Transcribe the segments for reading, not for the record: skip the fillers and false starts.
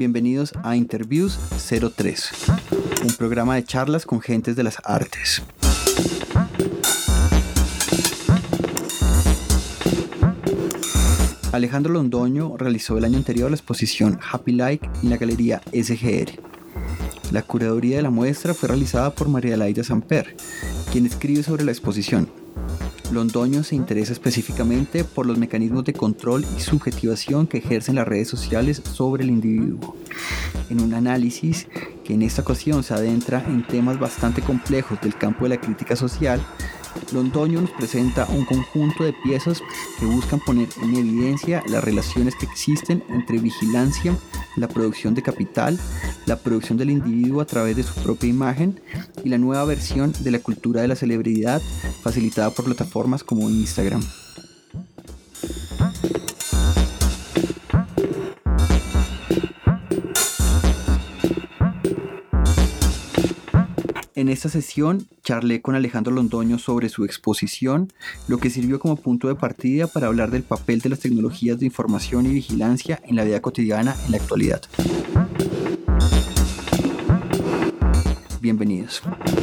Bienvenidos a Interviews 03, un programa de charlas con gentes de las artes. Alejandro Londoño realizó el año anterior la exposición Happy Like en la galería SGR. La curaduría de la muestra fue realizada por María Laida Samper, quien escribe sobre la exposición. Londoño se interesa específicamente por los mecanismos de control y subjetivación que ejercen las redes sociales sobre el individuo. En un análisis que en esta ocasión se adentra en temas bastante complejos del campo de la crítica social, Londoño nos presenta un conjunto de piezas que buscan poner en evidencia las relaciones que existen entre vigilancia, la producción de capital, la producción del individuo a través de su propia imagen y la nueva versión de la cultura de la celebridad facilitada por plataformas como Instagram. En esta sesión charlé con Alejandro Londoño sobre su exposición, lo que sirvió como punto de partida para hablar del papel de las tecnologías de información y vigilancia en la vida cotidiana en la actualidad. Bienvenidos.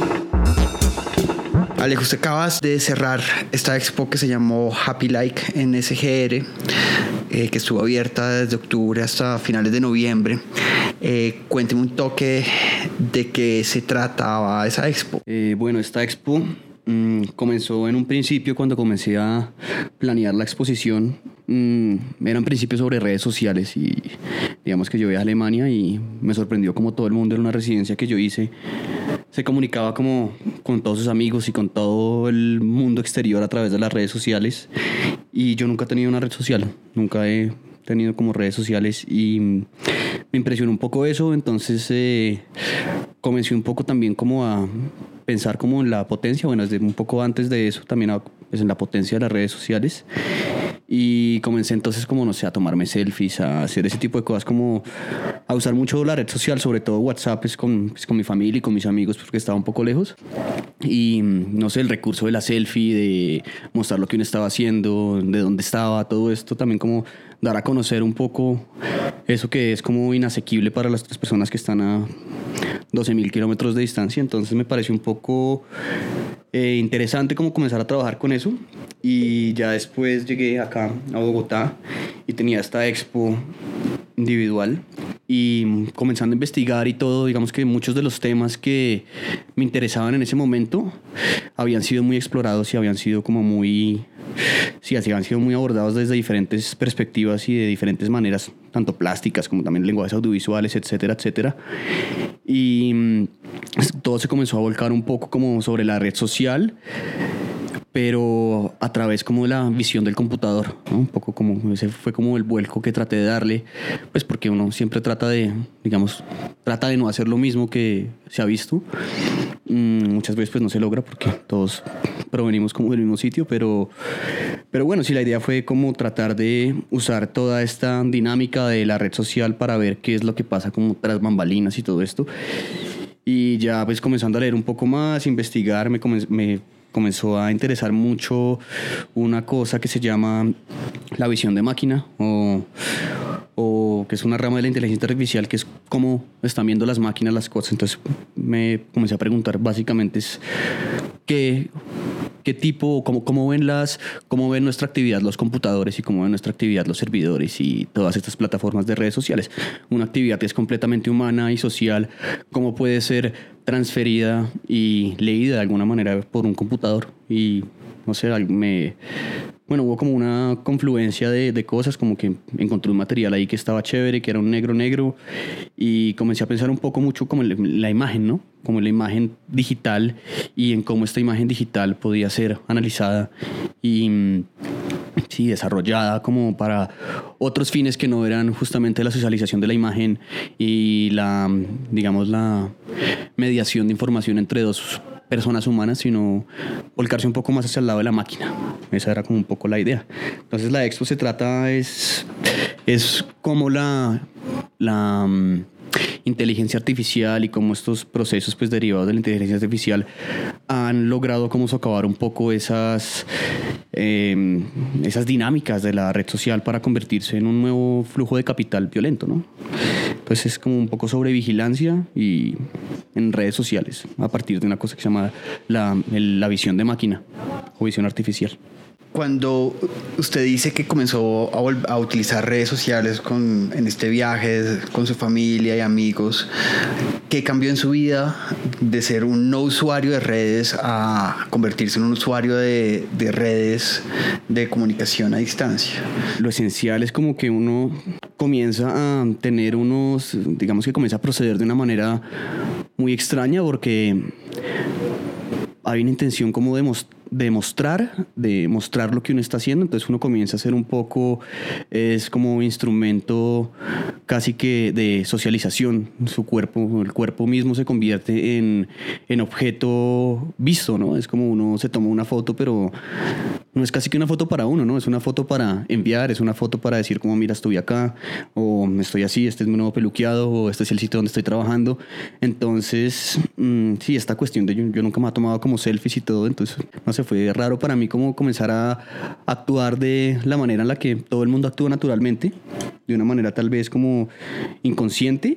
Alejo, usted acabas de cerrar esta expo que se llamó Happy Like en SGR, que estuvo abierta desde octubre hasta finales de noviembre. Cuénteme un toque de qué se trataba esa expo. Bueno, esta expo comenzó en un principio cuando comencé a planear la exposición. Eran principios sobre redes sociales y digamos que yo viajé a Alemania y me sorprendió como todo el mundo en una residencia que yo hice se comunicaba como con todos sus amigos y con todo el mundo exterior a través de las redes sociales, y yo nunca he tenido una red social, nunca he tenido como redes sociales y me impresionó un poco eso. Entonces comencé un poco también como a pensar como en la potencia, bueno, desde un poco antes de eso también pues en la potencia de las redes sociales, y comencé entonces como, no sé, a tomarme selfies, a hacer ese tipo de cosas, como a usar mucho la red social, sobre todo WhatsApp, con mi familia y con mis amigos porque estaba un poco lejos, y no sé, el recurso de la selfie, de mostrar lo que uno estaba haciendo, de dónde estaba, todo esto también como dar a conocer un poco eso que es como inasequible para las otras personas que están a 12.000 kilómetros de distancia. Entonces me pareció un poco interesante como comenzar a trabajar con eso, y ya después llegué acá a Bogotá y tenía esta expo individual, y comenzando a investigar y todo, digamos que muchos de los temas que me interesaban en ese momento habían sido muy explorados y habían sido como muy... Sí, así han sido muy abordados desde diferentes perspectivas y de diferentes maneras, tanto plásticas como también lenguajes audiovisuales, etcétera, etcétera. Y todo se comenzó a volcar un poco como sobre la red social, pero a través como de la visión del computador, ¿no? Un poco como ese fue como el vuelco que traté de darle, pues porque uno siempre trata de no hacer lo mismo que se ha visto. Muchas veces pues no se logra porque todos provenimos como del mismo sitio, pero bueno, sí, la idea fue como tratar de usar toda esta dinámica de la red social para ver qué es lo que pasa como tras bambalinas y todo esto. Y ya pues comenzando a leer un poco más, investigar, me comenzó a interesar mucho una cosa que se llama la visión de máquina, o que es una rama de la inteligencia artificial, que es cómo están viendo las máquinas las cosas. Entonces me comencé a preguntar básicamente es qué tipo, cómo ven nuestra actividad los computadores y cómo ven nuestra actividad los servidores y todas estas plataformas de redes sociales. Una actividad que es completamente humana y social, cómo puede ser transferida y leída de alguna manera por un computador. Y no sé, hubo como una confluencia de cosas, como que encontré un material ahí que estaba chévere, que era un negro, y comencé a pensar un poco mucho como en la imagen, ¿no? Como en la imagen digital y en cómo esta imagen digital podía ser analizada y sí, desarrollada como para otros fines que no eran justamente la socialización de la imagen y la mediación de información entre dos personas humanas, sino volcarse un poco más hacia el lado de la máquina. Esa era como un poco la idea. Entonces la expo se trata es como la inteligencia artificial y cómo estos procesos pues derivados de la inteligencia artificial han logrado como socavar un poco esas dinámicas de la red social para convertirse en un nuevo flujo de capital violento, ¿no? Entonces es como un poco sobre vigilancia y en redes sociales, a partir de una cosa que se llama la visión de máquina o visión artificial. Cuando usted dice que comenzó a utilizar redes sociales en este viaje con su familia y amigos, ¿qué cambió en su vida de ser un no usuario de redes a convertirse en un usuario de redes de comunicación a distancia? Lo esencial es como que uno comienza a tener digamos que comienza a proceder de una manera muy extraña, porque hay una intención como de mostrar lo que uno está haciendo. Entonces uno comienza a ser un poco, es como instrumento casi que de socialización. El cuerpo mismo se convierte en objeto visto, ¿no? Es como uno se toma una foto, pero no es casi que una foto para uno, ¿no? Es una foto para enviar, es una foto para decir como, mira, estoy acá, o estoy así, este es mi nuevo peluqueado, o este es el sitio donde estoy trabajando. Entonces, sí, esta cuestión de yo nunca me he tomado como selfies y todo, entonces, no sé, fue raro para mí como comenzar a actuar de la manera en la que todo el mundo actúa naturalmente, de una manera tal vez como inconsciente.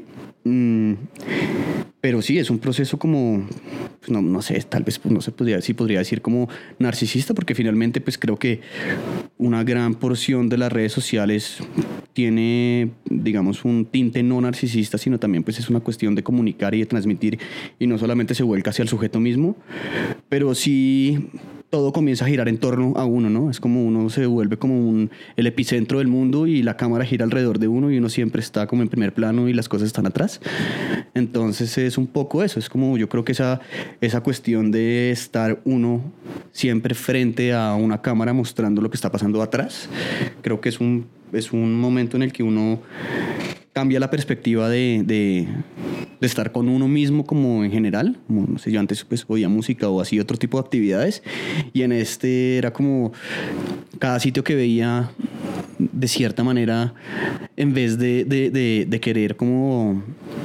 Pero sí, es un proceso como, pues no sé, tal vez no se podría decir como narcisista, porque finalmente pues creo que una gran porción de las redes sociales tiene, digamos, un tinte no narcisista, sino también pues es una cuestión de comunicar y de transmitir, y no solamente se vuelca hacia el sujeto mismo, pero sí todo comienza a girar en torno a uno, ¿no? Es como uno se vuelve como el epicentro del mundo, y la cámara gira alrededor de uno y uno siempre está como en primer plano y las cosas están atrás. Entonces es un poco eso, es como yo creo que esa cuestión de estar uno siempre frente a una cámara mostrando lo que está pasando atrás, creo que es un momento en el que uno cambia la perspectiva de estar con uno mismo como en general. Como, no sé, yo antes pues oía música o hacía otro tipo de actividades, y en este era como cada sitio que veía, de cierta manera, en vez de querer como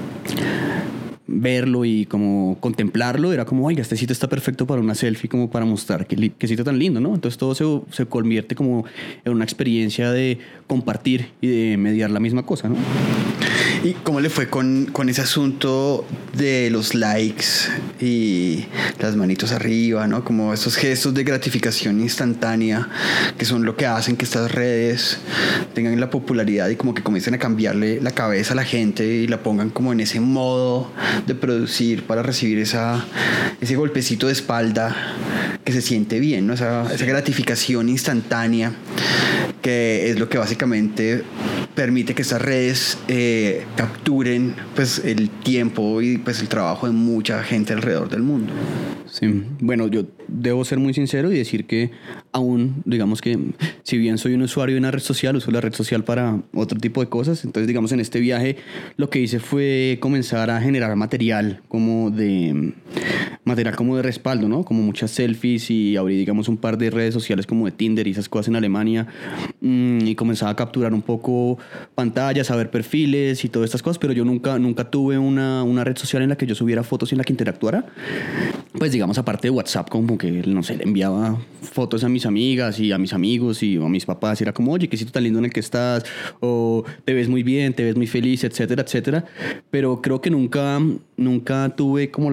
verlo y como contemplarlo, era como, oiga, este sitio está perfecto para una selfie, como para mostrar qué sitio tan lindo, ¿no? Entonces todo se convierte como en una experiencia de compartir y de mediar la misma cosa, ¿no? ¿Y cómo le fue con ese asunto de los likes y las manitos arriba, ¿no? Como esos gestos de gratificación instantánea que son lo que hacen que estas redes tengan la popularidad y como que comiencen a cambiarle la cabeza a la gente y la pongan como en ese modo de producir para recibir ese golpecito de espalda que se siente bien, ¿no? Esa gratificación instantánea, que es lo que básicamente permite que estas redes capturen pues el tiempo y pues el trabajo de mucha gente alrededor del mundo. Sí, bueno, yo debo ser muy sincero y decir que aún, digamos que si bien soy un usuario de una red social, uso la red social para otro tipo de cosas. Entonces, digamos, en este viaje lo que hice fue comenzar a generar material como de respaldo, ¿no? Como muchas selfies, y abrí, digamos, un par de redes sociales como de Tinder y esas cosas en Alemania, y comenzaba a capturar un poco pantallas, a ver perfiles y todas estas cosas, pero yo nunca tuve una red social en la que yo subiera fotos y en la que interactuara. Pues digamos, aparte de WhatsApp, como que, no sé, le enviaba fotos a mis amigas y a mis amigos y a mis papás, y era como, oye, qué sitio tan lindo en el que estás, o te ves muy bien, te ves muy feliz, etcétera, etcétera. Pero creo que nunca tuve como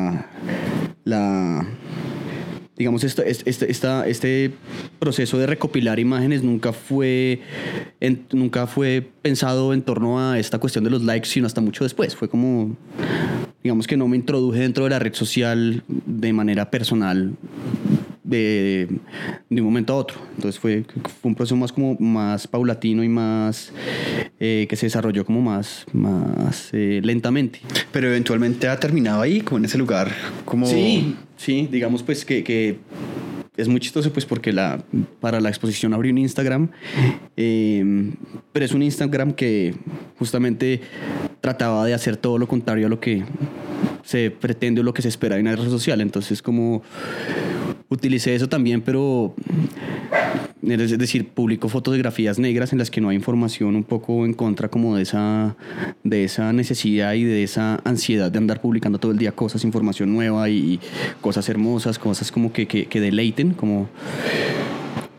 digamos, este proceso de recopilar imágenes nunca fue pensado en torno a esta cuestión de los likes, sino hasta mucho después. Fue como, digamos que no me introduje dentro de la red social de manera personal de un momento a otro. Entonces fue un proceso más paulatino y más que se desarrolló como más lentamente. Pero eventualmente ha terminado ahí, como en ese lugar, como... Sí, digamos pues que es muy chistoso, pues porque para la exposición abrí un Instagram, pero es un Instagram que justamente trataba de hacer todo lo contrario a lo que se pretende o lo que se espera de una red social. Entonces como utilicé eso también, pero es decir, publico fotografías negras en las que no hay información, un poco en contra como de esa necesidad y de esa ansiedad de andar publicando todo el día cosas, información nueva y cosas hermosas, cosas como que deleiten, como...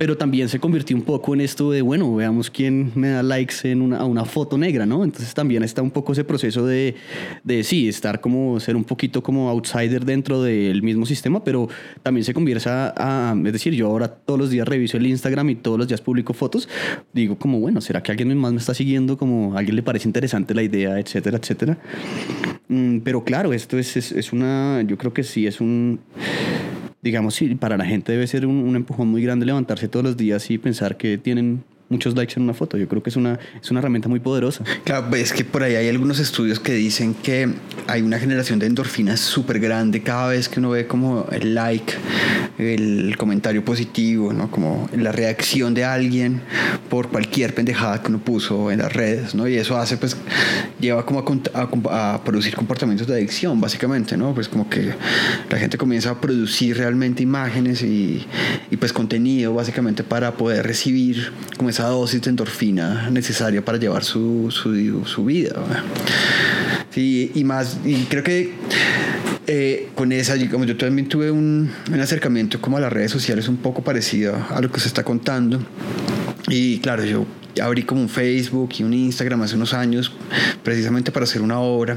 pero también se convirtió un poco en esto de, bueno, veamos quién me da likes a una foto negra, ¿no? Entonces también está un poco ese proceso de sí, estar como, ser un poquito como outsider dentro del mismo sistema, pero también se convierte es decir, yo ahora todos los días reviso el Instagram y todos los días publico fotos, digo como, bueno, ¿será que alguien más me está siguiendo? Como a alguien le parece interesante la idea, etcétera, etcétera. Pero claro, esto es una, yo creo que sí, es un, digamos, sí, para la gente debe ser un empujón muy grande levantarse todos los días y pensar que tienen muchos likes en una foto. Yo creo que es una herramienta muy poderosa. Claro, es que por ahí hay algunos estudios que dicen que hay una generación de endorfinas súper grande cada vez que uno ve como el like, el comentario positivo, ¿no? Como la reacción de alguien por cualquier pendejada que uno puso en las redes, ¿no? Y eso hace, pues, lleva como a producir comportamientos de adicción, básicamente, ¿no? Pues como que la gente comienza a producir realmente imágenes y pues contenido, básicamente, para poder recibir como esa dosis de endorfina necesaria para llevar su vida. Sí, y creo que con esa, como yo también tuve un acercamiento como a las redes sociales un poco parecido a lo que se está contando. Y claro, yo abrí como un Facebook y un Instagram hace unos años precisamente para hacer una obra.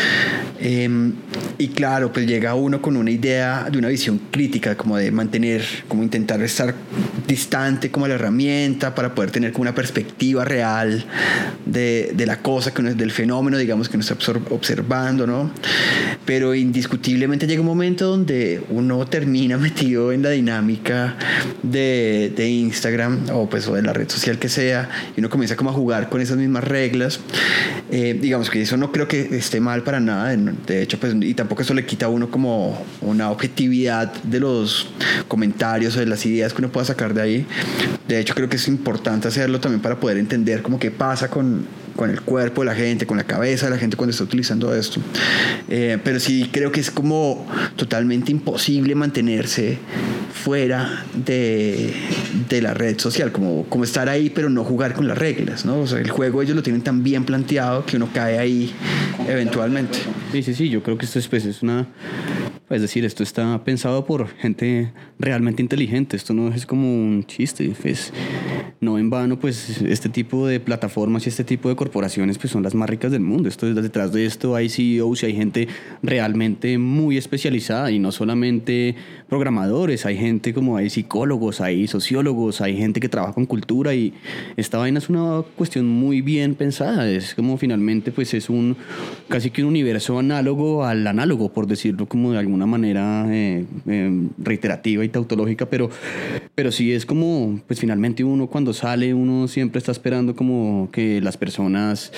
Y claro, pues llega uno con una idea de una visión crítica, como de mantener, como intentar estar distante como la herramienta para poder tener como una perspectiva real de la cosa, del fenómeno, digamos, que uno está observando, ¿no? Pero indiscutiblemente llega un momento donde uno termina metido en la dinámica de Instagram o de la red social que sea, y uno comienza como a jugar con esas mismas reglas. Digamos que eso no creo que esté mal para nada, de hecho, pues, y tampoco eso le quita a uno como una objetividad de los comentarios o de las ideas que uno pueda sacar de ahí. De hecho, creo que es importante hacerlo también para poder entender como qué pasa con el cuerpo de la gente, con la cabeza de la gente cuando está utilizando esto. Pero sí creo que es como totalmente imposible mantenerse fuera de la red social, como estar ahí pero no jugar con las reglas, ¿no? O sea, el juego ellos lo tienen tan bien planteado que uno cae ahí eventualmente. Sí, yo creo que esto es una... Es decir, esto está pensado por gente realmente inteligente. Esto no es como un chiste. Pues, no en vano, pues, este tipo de plataformas y este tipo de corporaciones pues, son las más ricas del mundo. Detrás de esto hay CEOs y hay gente realmente muy especializada. Y no solamente programadores. Hay gente como hay psicólogos, hay sociólogos, hay gente que trabaja con cultura. Y esta vaina es una cuestión muy bien pensada. Es como finalmente pues, es casi que un universo análogo al análogo, por decirlo como de alguna manera reiterativa y tautológica, pero sí es como, pues finalmente uno cuando sale, uno siempre está esperando como que las personas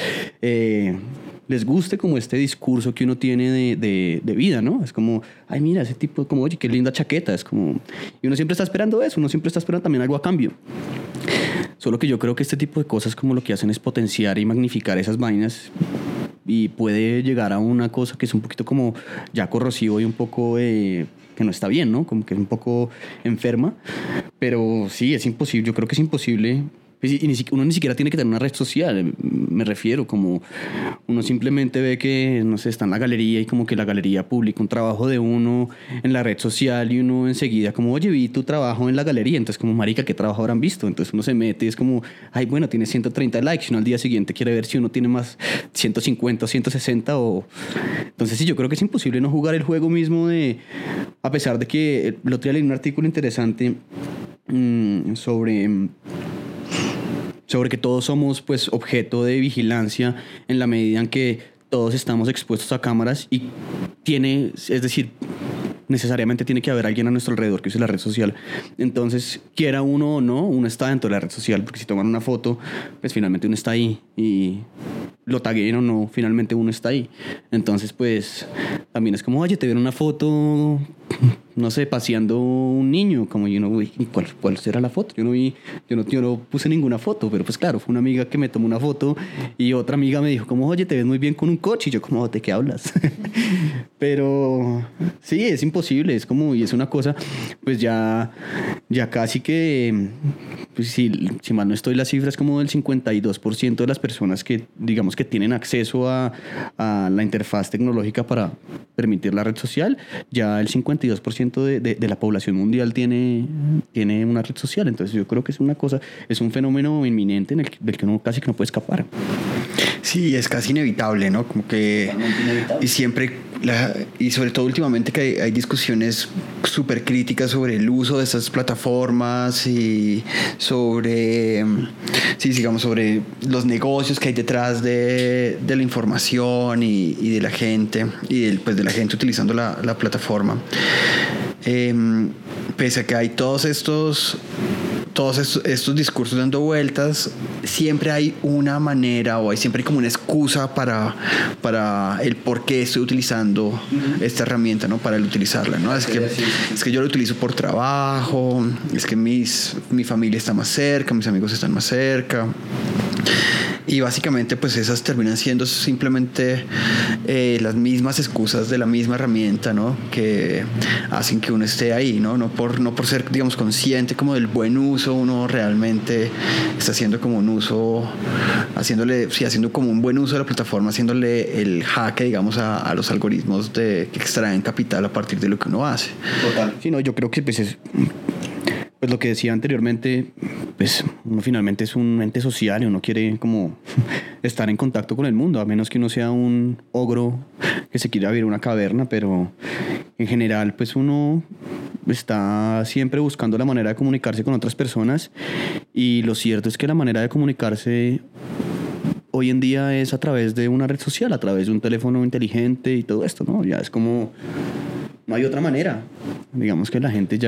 les guste como este discurso que uno tiene de vida, ¿no? Es como, ay, mira, ese tipo, como, oye, qué linda chaqueta, es como, y uno siempre está esperando eso, uno siempre está esperando también algo a cambio. Solo que yo creo que este tipo de cosas como lo que hacen es potenciar y magnificar esas vainas y puede llegar a una cosa que es un poquito como ya corrosivo y un poco que no está bien, ¿no? Como que es un poco enferma. Pero sí, es imposible. Yo creo que es imposible. Y uno ni siquiera tiene que tener una red social, me refiero, como uno simplemente ve que, no sé, está en la galería y como que la galería publica un trabajo de uno en la red social y uno enseguida como, oye, vi tu trabajo en la galería, entonces como, marica, ¿qué trabajo habrán visto? Entonces uno se mete y es como, ay, bueno, tiene 130 likes y uno al día siguiente quiere ver si uno tiene más 150 o 160 o... Entonces sí, yo creo que es imposible no jugar el juego mismo a pesar de que el otro día leí un artículo interesante sobre que todos somos pues objeto de vigilancia en la medida en que todos estamos expuestos a cámaras y es decir, necesariamente tiene que haber alguien a nuestro alrededor que use la red social. Entonces, quiera uno o no, uno está dentro de la red social, porque si toman una foto, pues finalmente uno está ahí y lo tagueen o no, finalmente uno está ahí. Entonces, pues también es como, oye, te vieron una foto, no sé, paseando un niño, como yo no vi, ¿cuál será la foto? Yo no puse ninguna foto, pero pues claro, fue una amiga que me tomó una foto y otra amiga me dijo como, oye, te ves muy bien con un coche, y yo como, ¿de qué hablas? Pero sí, es imposible, es como, y es una cosa, pues ya ya casi que, pues si mal no estoy, la cifra es como del 52% de las personas que, digamos, que tienen acceso a la interfaz tecnológica para permitir la red social. Ya el 52% de la población mundial tiene una red social. Entonces yo creo que es un fenómeno inminente del que uno casi que no puede escapar. Sí, es casi inevitable, ¿no? Como que... Y siempre, y sobre todo últimamente que hay discusiones súper críticas sobre el uso de estas plataformas y sobre, sí, digamos, sobre los negocios que hay detrás de la información y de la gente, y pues de la gente utilizando la plataforma. Pese a que hay todos estos discursos dando vueltas, siempre hay una manera o siempre hay como una excusa para el por qué estoy utilizando esta herramienta, ¿no? Para el utilizarla, ¿no? Es que yo lo utilizo por trabajo, es que mi familia está más cerca, mis amigos están más cerca. Y básicamente pues esas terminan siendo simplemente las mismas excusas de la misma herramienta, ¿no? Que hacen que uno esté ahí, ¿no? No por ser, digamos, consciente como del buen uso, uno realmente está haciendo como un uso, haciendo como un buen uso de la plataforma, haciéndole el jaque, digamos, a los algoritmos que extraen capital a partir de lo que uno hace. Total. Sí, no, yo creo que pues lo que decía anteriormente, pues uno finalmente es un ente social y uno quiere como estar en contacto con el mundo, a menos que uno sea un ogro que se quiera abrir una caverna, pero en general pues uno está siempre buscando la manera de comunicarse con otras personas, y lo cierto es que la manera de comunicarse hoy en día es a través de una red social, a través de un teléfono inteligente y todo esto, ¿no? Ya es como... No hay otra manera. Digamos que la gente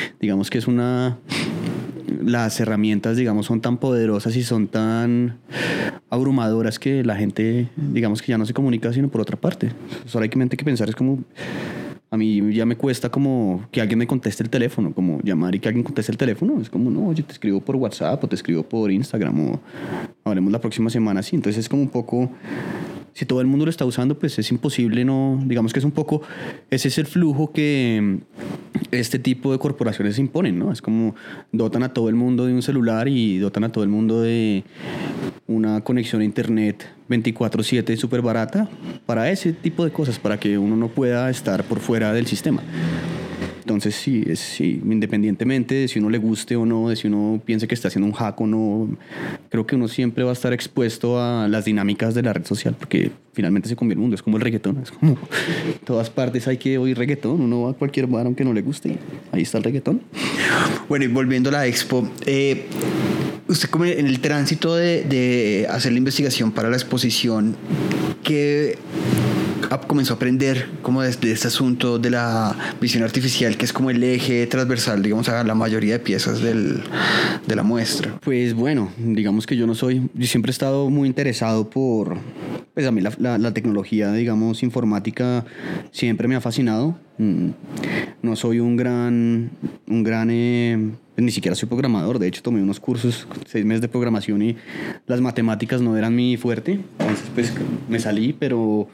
las herramientas, digamos, son tan poderosas y son tan abrumadoras que la gente, digamos, que ya no se comunica sino por otra parte. Solamente hay que pensar, es como... A mí ya me cuesta como que alguien me conteste el teléfono, como llamar y que alguien conteste el teléfono. Es como, no, yo te escribo por WhatsApp o te escribo por Instagram o hablemos la próxima semana, sí. Entonces es como un poco... Si todo el mundo lo está usando, pues es imposible, no, digamos que es un poco, ese es el flujo que este tipo de corporaciones imponen, ¿no? Es como dotan a todo el mundo de un celular y dotan a todo el mundo de una conexión a internet 24/7 súper barata para ese tipo de cosas, para que uno no pueda estar por fuera del sistema. Entonces sí, independientemente de si uno le guste o no, de si uno piense que está haciendo un hack o no, creo que uno siempre va a estar expuesto a las dinámicas de la red social, porque finalmente se convierte en un mundo, es como el reggaetón, es como en todas partes hay que oír reggaetón, uno va a cualquier bar aunque no le guste y ahí está el reggaetón. Bueno, y volviendo a la expo, usted como en el tránsito de hacer la investigación para la exposición, ¿qué comenzó a aprender como de este asunto de la visión artificial, que es como el eje transversal, digamos, a la mayoría de piezas de la muestra? Pues bueno, digamos que yo siempre he estado muy interesado pues a mí la tecnología, digamos, informática siempre me ha fascinado. No soy un gran ni siquiera soy programador. De hecho, tomé unos cursos, 6 meses de programación, y las matemáticas no eran mi fuerte. Entonces, pues me salí, pero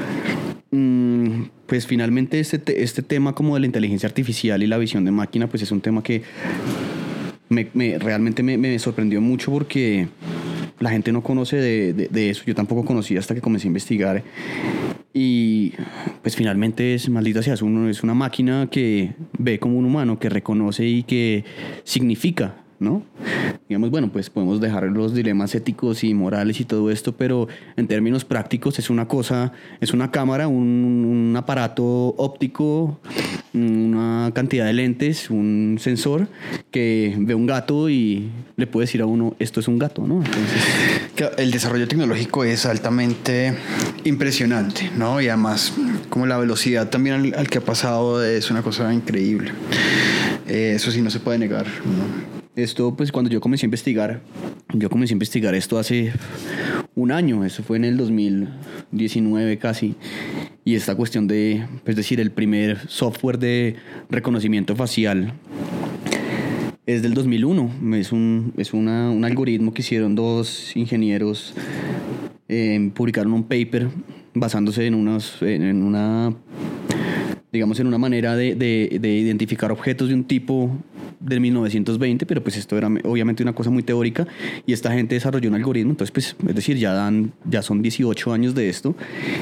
pues finalmente este tema como de la inteligencia artificial y la visión de máquina, pues es un tema que realmente me sorprendió mucho, porque la gente no conoce de eso. Yo tampoco conocía hasta que comencé a investigar. Y pues finalmente maldita sea, es una máquina que ve como un humano, que reconoce y que significa, ¿no? Digamos, bueno, pues podemos dejar los dilemas éticos y morales y todo esto, pero en términos prácticos es una cosa, es una cámara, un aparato óptico, una cantidad de lentes, un sensor que ve un gato y le puede decir a uno, esto es un gato, ¿no? Entonces, el desarrollo tecnológico es altamente impresionante, ¿no? Y además, como la velocidad también al que ha pasado es una cosa increíble. Eso sí no se puede negar, ¿no? Esto, pues cuando yo comencé a investigar esto hace un año, eso fue en el 2019 casi, y esta cuestión de, es decir, el primer software de reconocimiento facial es del 2001, es un algoritmo que hicieron 2 ingenieros, publicaron un paper basándose en una manera de identificar objetos de un tipo del 1920, pero pues esto era obviamente una cosa muy teórica y esta gente desarrolló un algoritmo, entonces pues es decir, ya son 18 años de esto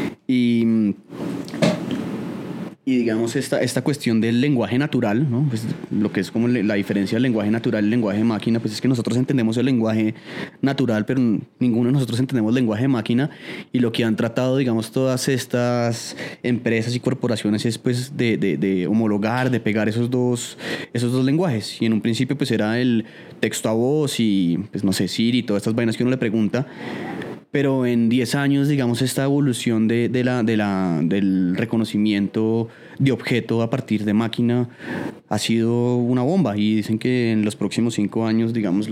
y digamos esta cuestión del lenguaje natural, ¿no? Pues lo que es como la diferencia del lenguaje natural y el lenguaje de máquina, pues es que nosotros entendemos el lenguaje natural, pero ninguno de nosotros entendemos el lenguaje de máquina, y lo que han tratado, digamos, todas estas empresas y corporaciones es pues de homologar, de pegar esos dos lenguajes. Y en un principio pues era el texto a voz y pues no sé, Siri y todas estas vainas que uno le pregunta. Pero en 10 años, digamos, esta evolución del reconocimiento de objeto a partir de máquina ha sido una bomba. Y dicen que en los próximos 5 años, digamos,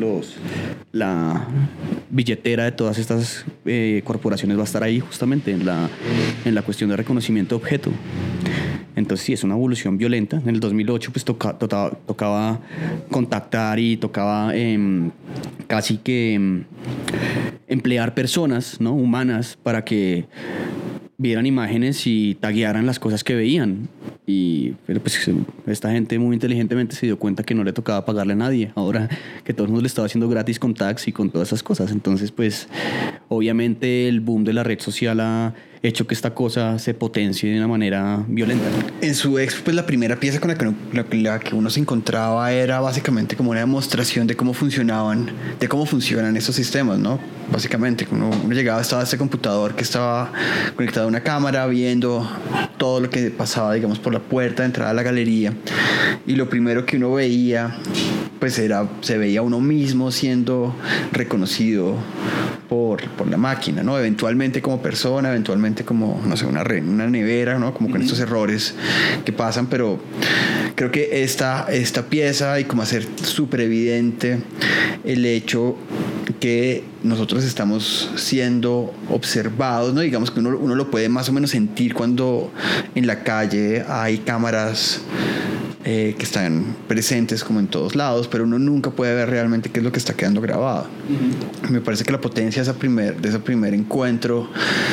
la billetera de todas estas corporaciones va a estar ahí justamente en la cuestión de reconocimiento de objeto. Entonces sí, es una evolución violenta. En el 2008 pues tocaba contactar y tocaba casi que emplear personas, ¿no?, humanas, para que vieran imágenes y taguearan las cosas que veían. Pero pues esta gente muy inteligentemente se dio cuenta que no le tocaba pagarle a nadie, ahora que todo el mundo le estaba haciendo gratis con tags y con todas esas cosas. Entonces pues obviamente el boom de la red social ha hecho que esta cosa se potencie de una manera violenta. En su expo, pues la primera pieza con la que uno se encontraba era básicamente como una demostración de cómo funcionan estos sistemas, ¿no? Básicamente, uno llegaba, estaba este computador que estaba conectado a una cámara viendo todo lo que pasaba, digamos, por la puerta de entrada a la galería, y lo primero que uno veía pues se veía uno mismo siendo reconocido por la máquina, ¿no? Eventualmente como persona, eventualmente como, no sé, una nevera, ¿no? Como con estos errores que pasan, pero creo que esta pieza, y como hacer súper evidente el hecho que nosotros estamos siendo observados, ¿no? Digamos que uno lo puede más o menos sentir cuando en la calle hay cámaras que están presentes como en todos lados, pero uno nunca puede ver realmente qué es lo que está quedando grabado. Me parece que la potencia de ese primer encuentro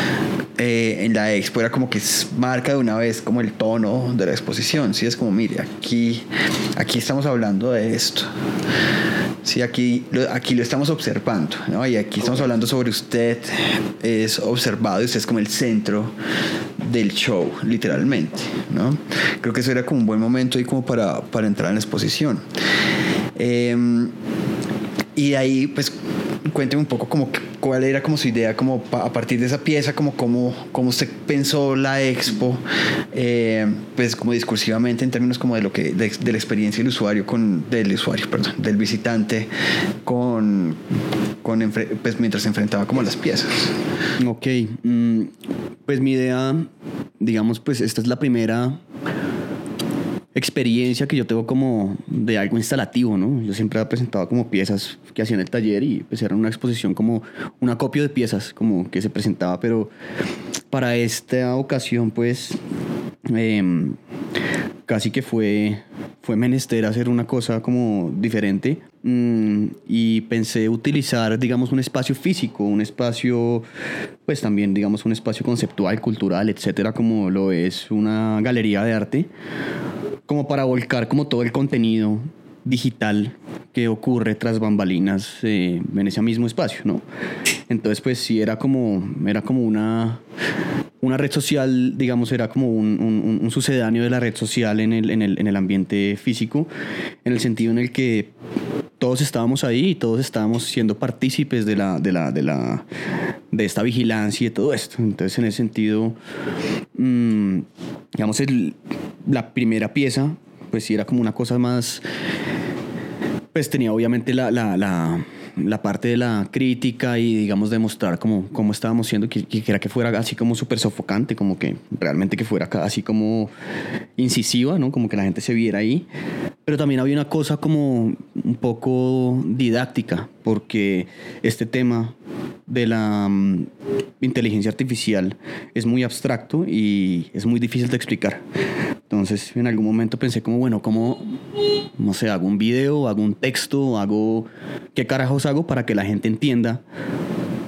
en la expo era como que marca de una vez como el tono de la exposición. Sí, es como, mire, aquí estamos hablando de esto. Sí, aquí lo estamos observando, ¿no? Y aquí estamos hablando sobre usted, es observado y usted es como el centro del show, literalmente, ¿no? Creo que eso era como un buen momento ahí como para entrar en la exposición. Y de ahí, pues, cuénteme un poco como cuál era como su idea como a partir de esa pieza, como cómo usted pensó la expo, pues como discursivamente en términos como de la experiencia del visitante pues mientras se enfrentaba como a las piezas. Ok, pues mi idea, digamos, pues esta es la primera experiencia que yo tengo como de algo instalativo, ¿no? Yo siempre he presentado como piezas que hacía en el taller y pues era una exposición como un acopio de piezas como que se presentaba, pero para esta ocasión pues casi que fue menester hacer una cosa como diferente, y pensé utilizar, digamos, un espacio físico, un espacio, pues también, digamos, un espacio conceptual, cultural, etcétera, como lo es una galería de arte, como para volcar como todo el contenido digital que ocurre tras bambalinas en ese mismo espacio, ¿no? Entonces, pues sí, era como una red social, digamos, era como un sucedáneo de la red social en el ambiente físico, en el sentido en el que todos estábamos ahí y todos estábamos siendo partícipes de esta vigilancia y de todo esto. Entonces, en ese sentido, digamos, la primera pieza, pues sí era como una cosa más, pues tenía obviamente la parte de la crítica y, digamos, demostrar cómo estábamos siendo, que era que fuera así como súper sofocante, como que realmente que fuera así como incisiva, ¿no? Como que la gente se viera ahí. Pero también había una cosa como un poco didáctica, porque este tema de la inteligencia artificial es muy abstracto y es muy difícil de explicar. Entonces, en algún momento pensé como, bueno, ¿cómo, no sé, hago un video, hago un texto, ¿qué carajos hago para que la gente entienda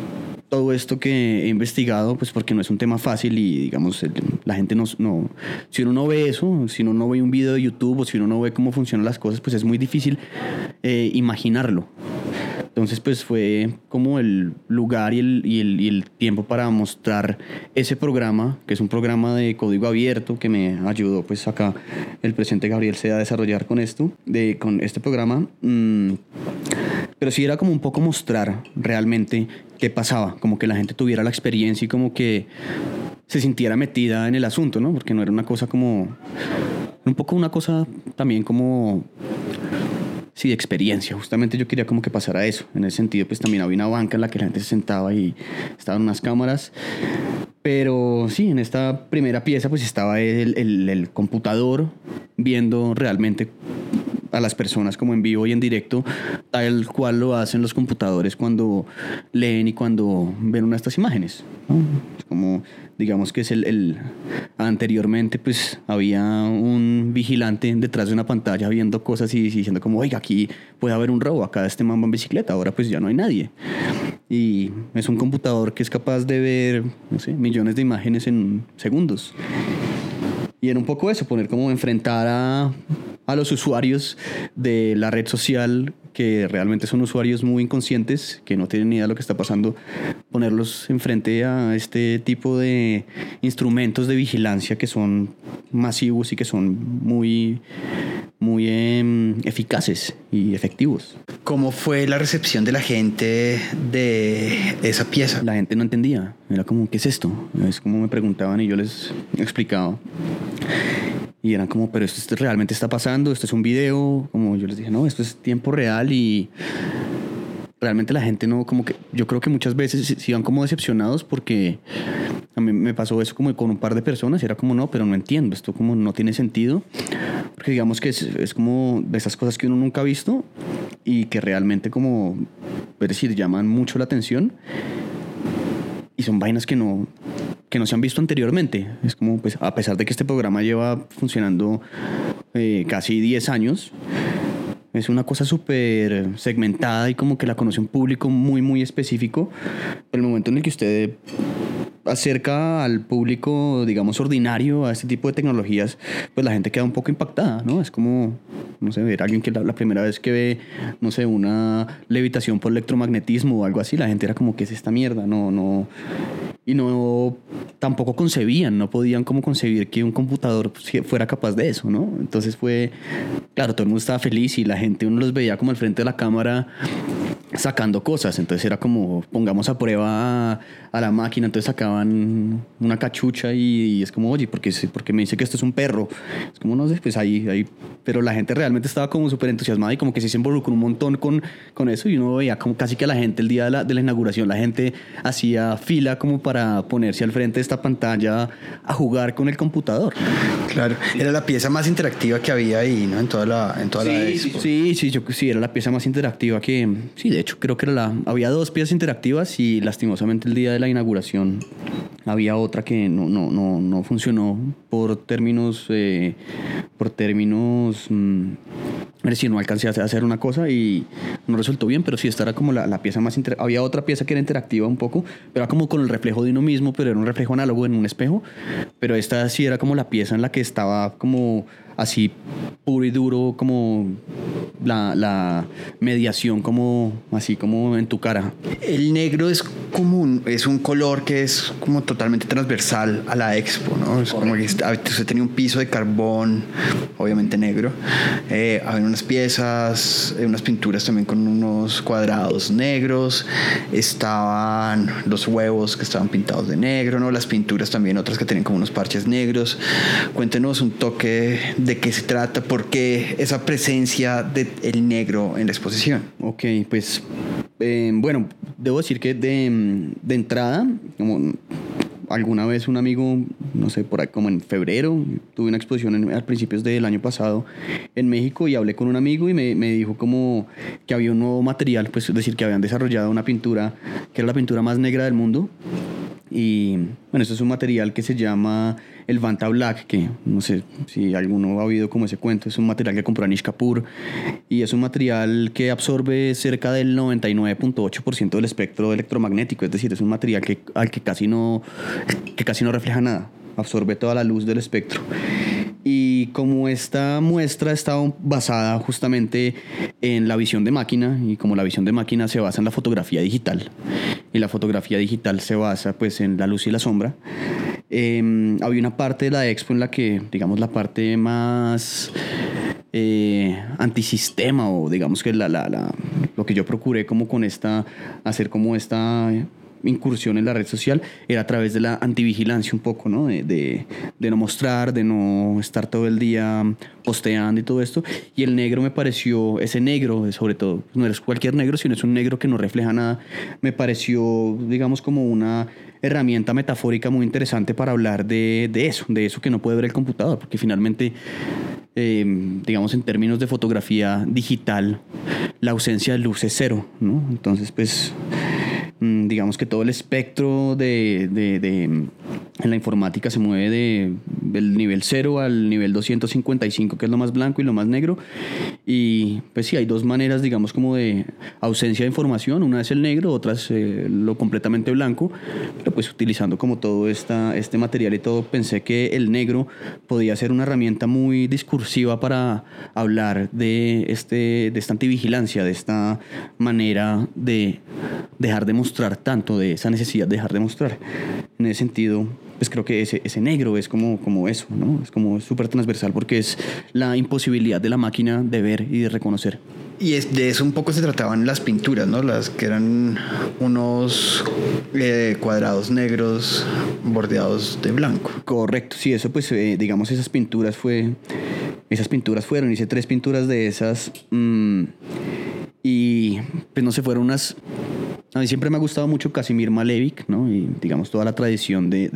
todo esto que he investigado, pues porque no es un tema fácil y digamos, la gente no, si uno no ve eso, si uno no ve un video de YouTube o si uno no ve cómo funcionan las cosas, pues es muy difícil imaginarlo. Entonces pues fue como el lugar y el tiempo para mostrar ese programa, que es un programa de código abierto que me ayudó pues acá el presidente Gabriel Seda a desarrollar con este programa. Pero sí era como un poco mostrar realmente qué pasaba, como que la gente tuviera la experiencia y como que se sintiera metida en el asunto, ¿no? Porque no era una cosa como... un poco una cosa también como... sí, de experiencia. Justamente yo quería como que pasara eso. En ese sentido, pues también había una banca en la que la gente se sentaba y estaban unas cámaras. Pero sí, en esta primera pieza pues estaba el computador viendo realmente a las personas como en vivo y en directo, tal cual lo hacen los computadores cuando leen y cuando ven una de estas imágenes, ¿no? Es como, digamos que es anteriormente pues había un vigilante detrás de una pantalla viendo cosas y diciendo como, oiga, aquí puede haber un robo, acá este man va en bicicleta, ahora pues ya no hay nadie. Y es un computador que es capaz de ver, no sé, millones de imágenes en segundos. Y era un poco eso, poner como enfrentar a los usuarios de la red social, que realmente son usuarios muy inconscientes, que no tienen ni idea de lo que está pasando, ponerlos enfrente a este tipo de instrumentos de vigilancia que son masivos y que son muy eficaces y efectivos. ¿Cómo fue la recepción de la gente de esa pieza? La gente no entendía, era como, ¿qué es esto? Es como me preguntaban y yo les explicaba. Y eran como, pero esto realmente está pasando, esto es un video. Como yo les dije, no, esto es tiempo real. Y realmente la gente no, como que yo creo que muchas veces se iban como decepcionados, porque a mí me pasó eso como con un par de personas y era como, no, pero no entiendo, esto como no tiene sentido, porque digamos que es como de esas cosas que uno nunca ha visto y que realmente como, es decir, llaman mucho la atención y son vainas que no se han visto anteriormente. Es como, pues, a pesar de que este programa lleva funcionando casi 10 años, es una cosa súper segmentada y como que la conoce un público muy, muy específico. Pero el momento en el que usted acerca al público, digamos, ordinario a este tipo de tecnologías, pues la gente queda un poco impactada, ¿no? Es como, no sé, ver a alguien que la primera vez que ve, no sé, una levitación por electromagnetismo o algo así, la gente era como, ¿qué es esta mierda? Y no, tampoco concebían, no podían como concebir que un computador fuera capaz de eso, ¿no? Entonces fue, claro, todo el mundo estaba feliz y la gente, uno los veía como al frente de la cámara sacando cosas, entonces era como, pongamos a prueba a la máquina, entonces sacaban una cachucha y es como, oye, ¿por qué me dice que esto es un perro? Es como, no sé, pues ahí, pero la gente realmente estaba como súper entusiasmada y como que sí se involucró un montón con eso, y uno veía como casi que la gente el día de la inauguración, la gente hacía fila como para ponerse al frente de esta pantalla a jugar con el computador. Claro, era la pieza más interactiva que había ahí, ¿no? En toda la expo. Sí, era la pieza más interactiva que, sí, de hecho creo que había 2 piezas interactivas y lastimosamente el día de la inauguración había otra que no funcionó por términos es decir, no alcancé a hacer una cosa y no resultó bien, pero sí, esta era como la pieza más interactiva. Había otra pieza que era interactiva un poco, pero era como con el reflejo de uno mismo, pero era un reflejo análogo en un espejo, pero esta sí era como la pieza en la que estaba como así puro y duro, como la mediación, como así como en tu cara. El negro es un color que es como totalmente transversal a la expo, ¿no? Es como que usted tenía un piso de carbón, obviamente negro, había unas piezas, unas pinturas también con unos cuadrados negros, estaban los huevos que estaban pintados de negro, ¿no? Las pinturas también, otras que tenían como unos parches negros. Cuéntenos un toque de qué se trata, por qué esa presencia del negro en la exposición. Ok, pues bueno, debo decir que de entrada, como alguna vez un amigo, no sé, por ahí como en febrero, tuve una exposición a principios del año pasado en México y hablé con un amigo y me dijo como que había un nuevo material, pues es decir, que habían desarrollado una pintura que era la pintura más negra del mundo, Y bueno, esto es un material que se llama el Vanta Black, que no sé si alguno ha oído como ese cuento. Es un material que compró Anish Kapoor y es un material que absorbe cerca del 99.8% del espectro electromagnético. Es decir, es un material que casi no refleja nada, absorbe toda la luz del espectro. Y como esta muestra estaba basada justamente en la visión de máquina, y como la visión de máquina se basa en la fotografía digital, y la fotografía digital se basa pues en la luz y la sombra, había una parte de la expo en la que, digamos, la parte más antisistema, o digamos que lo que yo procuré como con hacer como esta incursión en la red social, era a través de la antivigilancia un poco, ¿no? De no mostrar, de no estar todo el día posteando y todo esto. Y el negro me pareció, ese negro sobre todo, no es cualquier negro, sino es un negro que no refleja nada, me pareció, digamos, como una herramienta metafórica muy interesante para hablar de eso que no puede ver el computador, porque finalmente, digamos, en términos de fotografía digital, la ausencia de luz es cero, ¿no? Entonces, pues, digamos que todo el espectro en la informática se mueve del nivel 0 al nivel 255, que es lo más blanco y lo más negro. Y pues sí, hay dos maneras, digamos, como de ausencia de información. Una es el negro, otra es lo completamente blanco. Pero pues utilizando como todo este material y todo, pensé que el negro podía ser una herramienta muy discursiva para hablar de esta antivigilancia, de esta manera de dejar de mostrar tanto, de esa necesidad de dejar de mostrar. En ese sentido, pues creo que ese negro es como eso, ¿no? Es como súper transversal, porque es la imposibilidad de la máquina de ver y de reconocer. Y de eso un poco se trataban las pinturas, ¿no? Las que eran unos cuadrados negros bordeados de blanco. Correcto, sí, eso pues, digamos, esas pinturas fueron, hice 3 pinturas de esas, y pues no sé, fueron unas... A mí siempre me ha gustado mucho Kazimir Malevich, ¿no? Y digamos toda la tradición de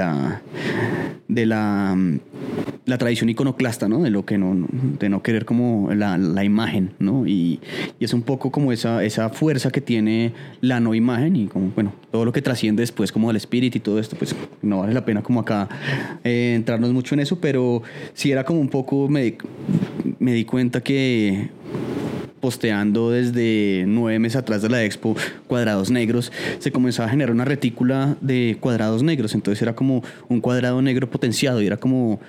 la tradición iconoclasta, ¿no? De no querer como la imagen, ¿no? Y es un poco como esa fuerza que tiene la no imagen, y como, bueno, todo lo que trasciende después como del espíritu y todo esto, pues no vale la pena como acá entrarnos mucho en eso, pero sí era como un poco, me di cuenta que posteando desde 9 meses atrás de la expo cuadrados negros, se comenzaba a generar una retícula de cuadrados negros. Entonces era como un cuadrado negro potenciado, y era como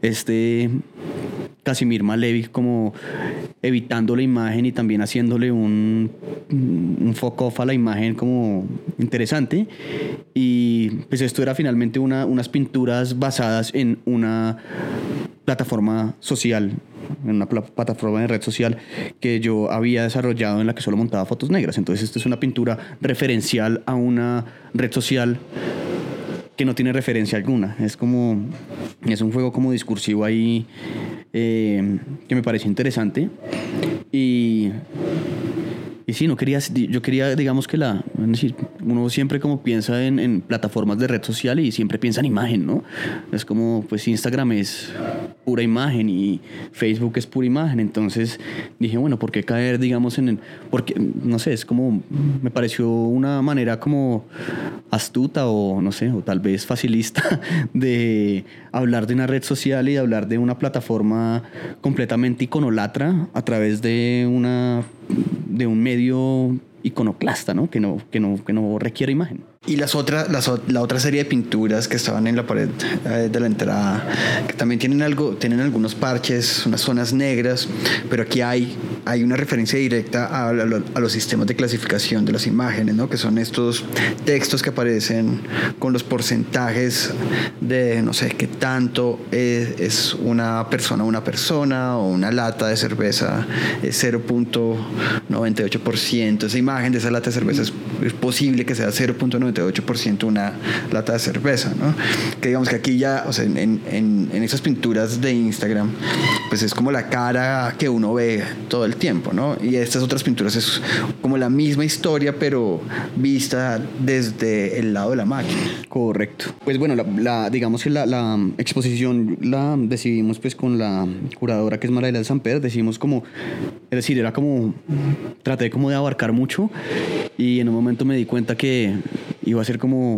Kazimir Malevich como evitando la imagen y también haciéndole un foco off a la imagen como interesante. Y pues esto era finalmente unas pinturas basadas en una plataforma social, en una plataforma de red social que yo había desarrollado, en la que solo montaba fotos negras. Entonces esto es una pintura referencial a una red social que no tiene referencia alguna. Es un juego como discursivo ahí, que me pareció interesante. Y sí, yo quería, digamos que es decir, uno siempre como piensa en plataformas de red social y siempre piensa en imagen, ¿no? Es como, pues Instagram es pura imagen y Facebook es pura imagen. Entonces dije, bueno, ¿por qué caer, digamos, porque, no sé, es como, me pareció una manera como astuta, o no sé, o tal vez facilista, de hablar de una red social y de hablar de una plataforma completamente iconolatra a través de un medio iconoclasta, ¿no? Que no requiere imagen. Y la otra serie de pinturas que estaban en la pared de la entrada, que también tienen algunos parches, unas zonas negras, pero aquí hay una referencia directa a los sistemas de clasificación de las imágenes, ¿no? Que son estos textos que aparecen con los porcentajes de, no sé, qué tanto es una persona, o una lata de cerveza es 0.98%. Esa imagen de esa lata de cerveza es posible que sea 0.98% una lata de cerveza, ¿no? Que digamos que aquí ya, o sea, en esas pinturas de Instagram, pues es como la cara que uno ve todo el tiempo, ¿no? Y estas otras pinturas es como la misma historia, pero vista desde el lado de la máquina. Correcto. Pues bueno, digamos que la exposición la decidimos pues con la curadora, que es Mariela de Samper. Decidimos como, es decir, era como, traté como de abarcar mucho, y en un momento me di cuenta que iba a ser como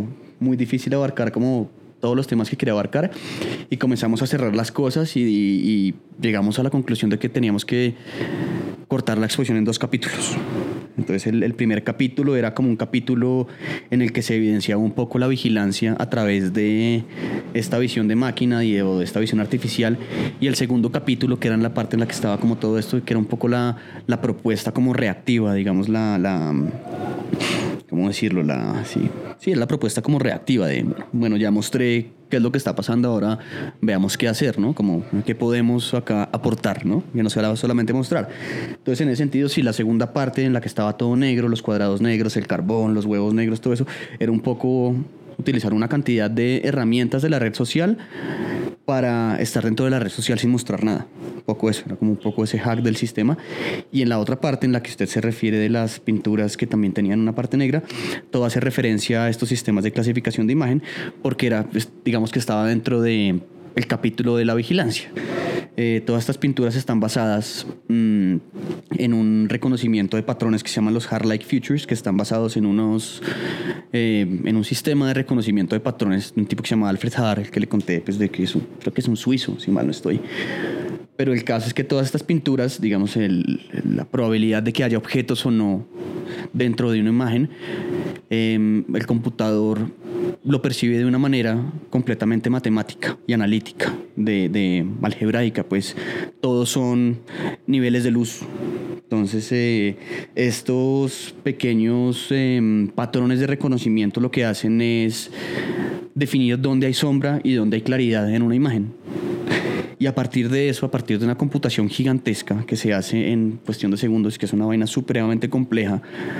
muy difícil abarcar como todos los temas que quería abarcar, y comenzamos a cerrar las cosas y llegamos a la conclusión de que teníamos que cortar la exposición en 2 capítulos. Entonces el primer capítulo era como un capítulo en el que se evidenciaba un poco la vigilancia a través de esta visión de máquina o de esta visión artificial, y el segundo capítulo, que era en la parte en la que estaba como todo esto, que era un poco la propuesta como reactiva, digamos, ¿cómo decirlo? Sí, es la propuesta como reactiva de, bueno, ya mostré qué es lo que está pasando, ahora veamos qué hacer, ¿no? Como qué podemos acá aportar, ¿no? Que no sea solamente mostrar. Entonces, en ese sentido, sí, la segunda parte en la que estaba todo negro, los cuadrados negros, el carbón, los huevos negros, todo eso, era un poco utilizar una cantidad de herramientas de la red social para estar dentro de la red social sin mostrar nada. Un poco eso, era como un poco ese hack del sistema. Y en la otra parte en la que usted se refiere de las pinturas que también tenían una parte negra, todo hace referencia a estos sistemas de clasificación de imagen, porque era, digamos que estaba dentro de el capítulo de la vigilancia. Todas estas pinturas están basadas en un reconocimiento de patrones que se llaman los Hard-like Features, que están basados en en un sistema de reconocimiento de patrones de un tipo que se llama Alfred Haar, el que le conté, pues, de que creo que es un suizo, si mal no estoy. Pero el caso es que todas estas pinturas, digamos, la probabilidad de que haya objetos o no dentro de una imagen, el computador lo percibe de una manera completamente matemática y analítica, de algebraica, pues todos son niveles de luz. Entonces, estos pequeños patrones de reconocimiento lo que hacen es definir dónde hay sombra y dónde hay claridad en una imagen. Y a partir de eso, a partir de una computación gigantesca que se hace en cuestión de segundos, que es una vaina supremamente compleja,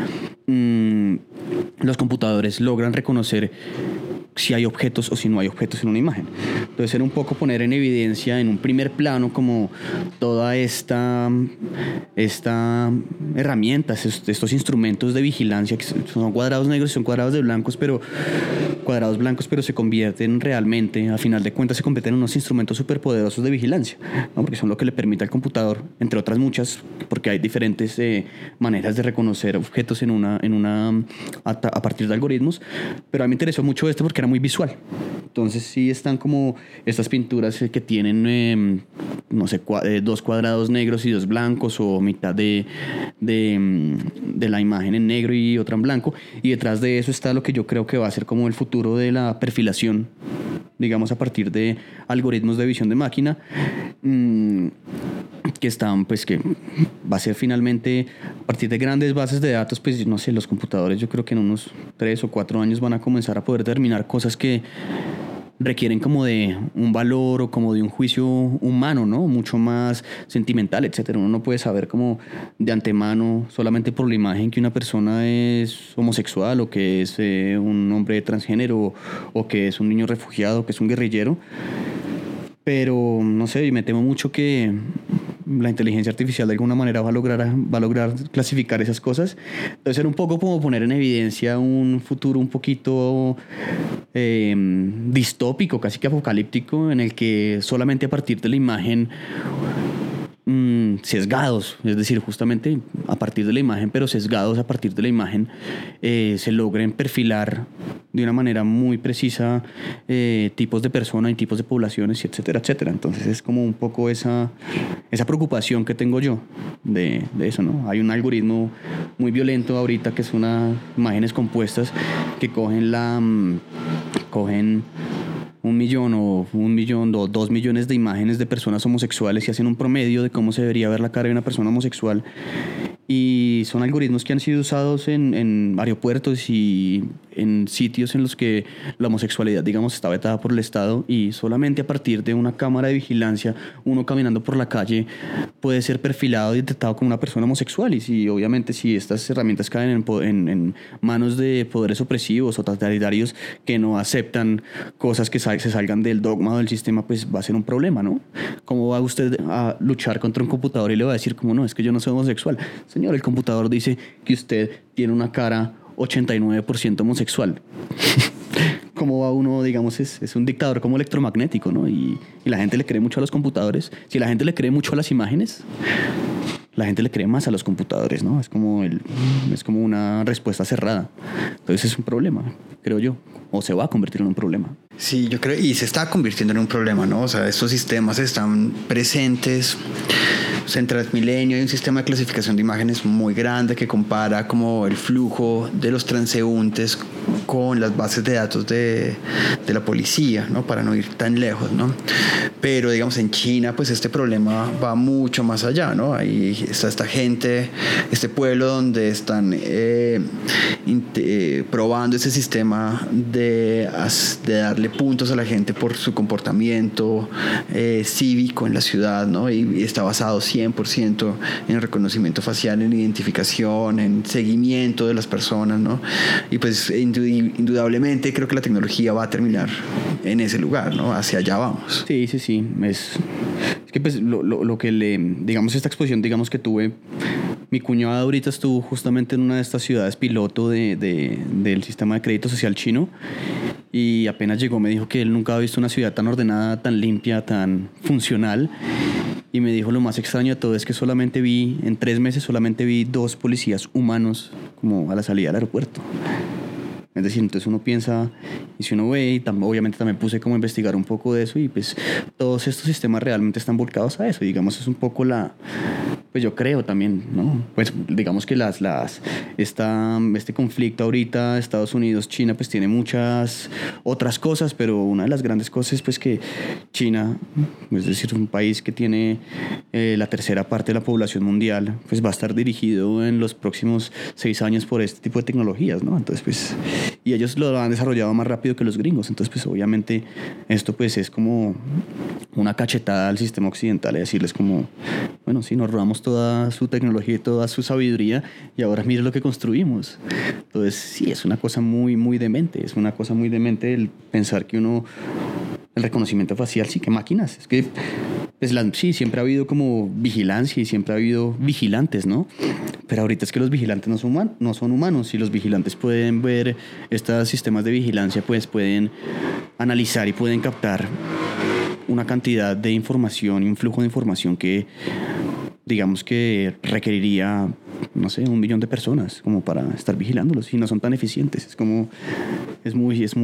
los computadores logran reconocer si hay objetos o si no hay objetos en una imagen. Entonces era un poco poner en evidencia en un primer plano como toda esta herramienta, estos instrumentos de vigilancia que son cuadrados negros y son cuadrados blancos, pero se convierten realmente, a final de cuentas se convierten en unos instrumentos superpoderosos de vigilancia, ¿no? Porque son lo que le permite al computador, entre otras muchas, porque hay diferentes maneras de reconocer objetos a partir de algoritmos, pero a mí me interesó mucho porque era muy visual. Entonces sí están como estas pinturas que tienen, no sé, 2 cuadrados negros y 2 blancos, o mitad de la imagen en negro y otra en blanco, y detrás de eso está lo que yo creo que va a ser como el futuro de la perfilación, digamos, a partir de algoritmos de visión de máquina, que están, pues, que va a ser finalmente a partir de grandes bases de datos, pues no sé, los computadores yo creo que en unos 3 o 4 años van a comenzar a poder determinar cosas que requieren como de un valor o como de un juicio humano, ¿no? Mucho más sentimental, etcétera. Uno no puede saber como de antemano, solamente por la imagen, que una persona es homosexual, o que es un hombre transgénero, o que es un niño refugiado, o que es un guerrillero. Pero no sé, me temo mucho que la inteligencia artificial de alguna manera va a lograr clasificar esas cosas. Entonces era un poco como poner en evidencia un futuro un poquito distópico, casi que apocalíptico, en el que solamente a partir de la imagen, sesgados, es decir, justamente a partir de la imagen, pero sesgados a partir de la imagen, se logren perfilar de una manera muy precisa tipos de personas y tipos de poblaciones, etcétera, etcétera. Entonces es como un poco esa preocupación que tengo yo de eso, ¿no? Hay un algoritmo muy violento ahorita que es imágenes compuestas que cogen 1 millón o 2 millones de imágenes de personas homosexuales y hacen un promedio de cómo se debería ver la cara de una persona homosexual. Y son algoritmos que han sido usados en aeropuertos y en sitios en los que la homosexualidad, digamos, está vetada por el Estado, y solamente a partir de una cámara de vigilancia, uno caminando por la calle puede ser perfilado y detectado como una persona homosexual. Y obviamente si estas herramientas caen en manos de poderes opresivos o totalitarios que no aceptan cosas que se salgan del dogma o del sistema, pues va a ser un problema, ¿no? ¿Cómo va usted a luchar contra un computador y le va a decir como, no, es que yo no soy homosexual? Señor, el computador dice que usted tiene una cara 89% homosexual. ¿Cómo va uno, digamos, es un dictador como electromagnético, ¿no? Y la gente le cree mucho a los computadores. Si la gente le cree mucho a las imágenes, la gente le cree más a los computadores, ¿no? Es como una respuesta cerrada. Entonces es un problema, creo yo. o se va a convertir en un problema. Sí, yo creo, y se está convirtiendo en un problema, ¿no? O sea, estos sistemas están presentes. O sea, en Transmilenio hay un sistema de clasificación de imágenes muy grande que compara como el flujo de los transeúntes con las bases de datos de la policía, ¿no? Para no ir tan lejos, ¿no? Pero, digamos, en China, pues este problema va mucho más allá, ¿no? Ahí está esta gente, este pueblo donde están probando ese sistema de darle puntos a la gente por su comportamiento cívico en la ciudad, ¿no? Y está basado 100% en reconocimiento facial, en identificación, en seguimiento de las personas, ¿no? Y pues indudablemente creo que la tecnología va a terminar en ese lugar, ¿no? Hacia allá vamos. Sí. Es que pues lo que digamos, esta exposición, digamos que tuve, mi cuñada ahorita estuvo justamente en una de estas ciudades piloto del sistema de crédito social chino, y apenas llegó me dijo que él nunca había visto una ciudad tan ordenada, tan limpia, tan funcional. Y me dijo, lo más extraño de todo es que en 3 meses solamente vi 2 policías humanos como a la salida del aeropuerto. Es decir, entonces uno piensa, y si uno ve, y obviamente también puse como a investigar un poco de eso, y pues todos estos sistemas realmente están volcados a eso. Y digamos, es un poco pues yo creo también, ¿no? Pues digamos que este conflicto ahorita, Estados Unidos, China, pues tiene muchas otras cosas, pero una de las grandes cosas es pues que China, es decir, un país que tiene la tercera parte de la población mundial, pues va a estar dirigido en los próximos 6 años por este tipo de tecnologías, ¿no? Entonces, pues, y ellos lo han desarrollado más rápido que los gringos, entonces, pues, obviamente, esto, pues, es como una cachetada al sistema occidental, es decirles como, bueno, sí, nos robamos toda su tecnología y toda su sabiduría y ahora mire lo que construimos. Entonces, sí, es una cosa muy, muy demente. Es una cosa muy demente el pensar que el reconocimiento facial, sí, que máquinas. Es que, pues, sí, siempre ha habido como vigilancia y siempre ha habido vigilantes, ¿no? Pero ahorita es que los vigilantes no son humanos, y los vigilantes pueden ver estos sistemas de vigilancia, pues pueden analizar y pueden captar una cantidad de información y un flujo de información que, digamos, que requeriría, no sé, 1 millón de personas como para estar vigilándolos, y no son tan eficientes. Es como, es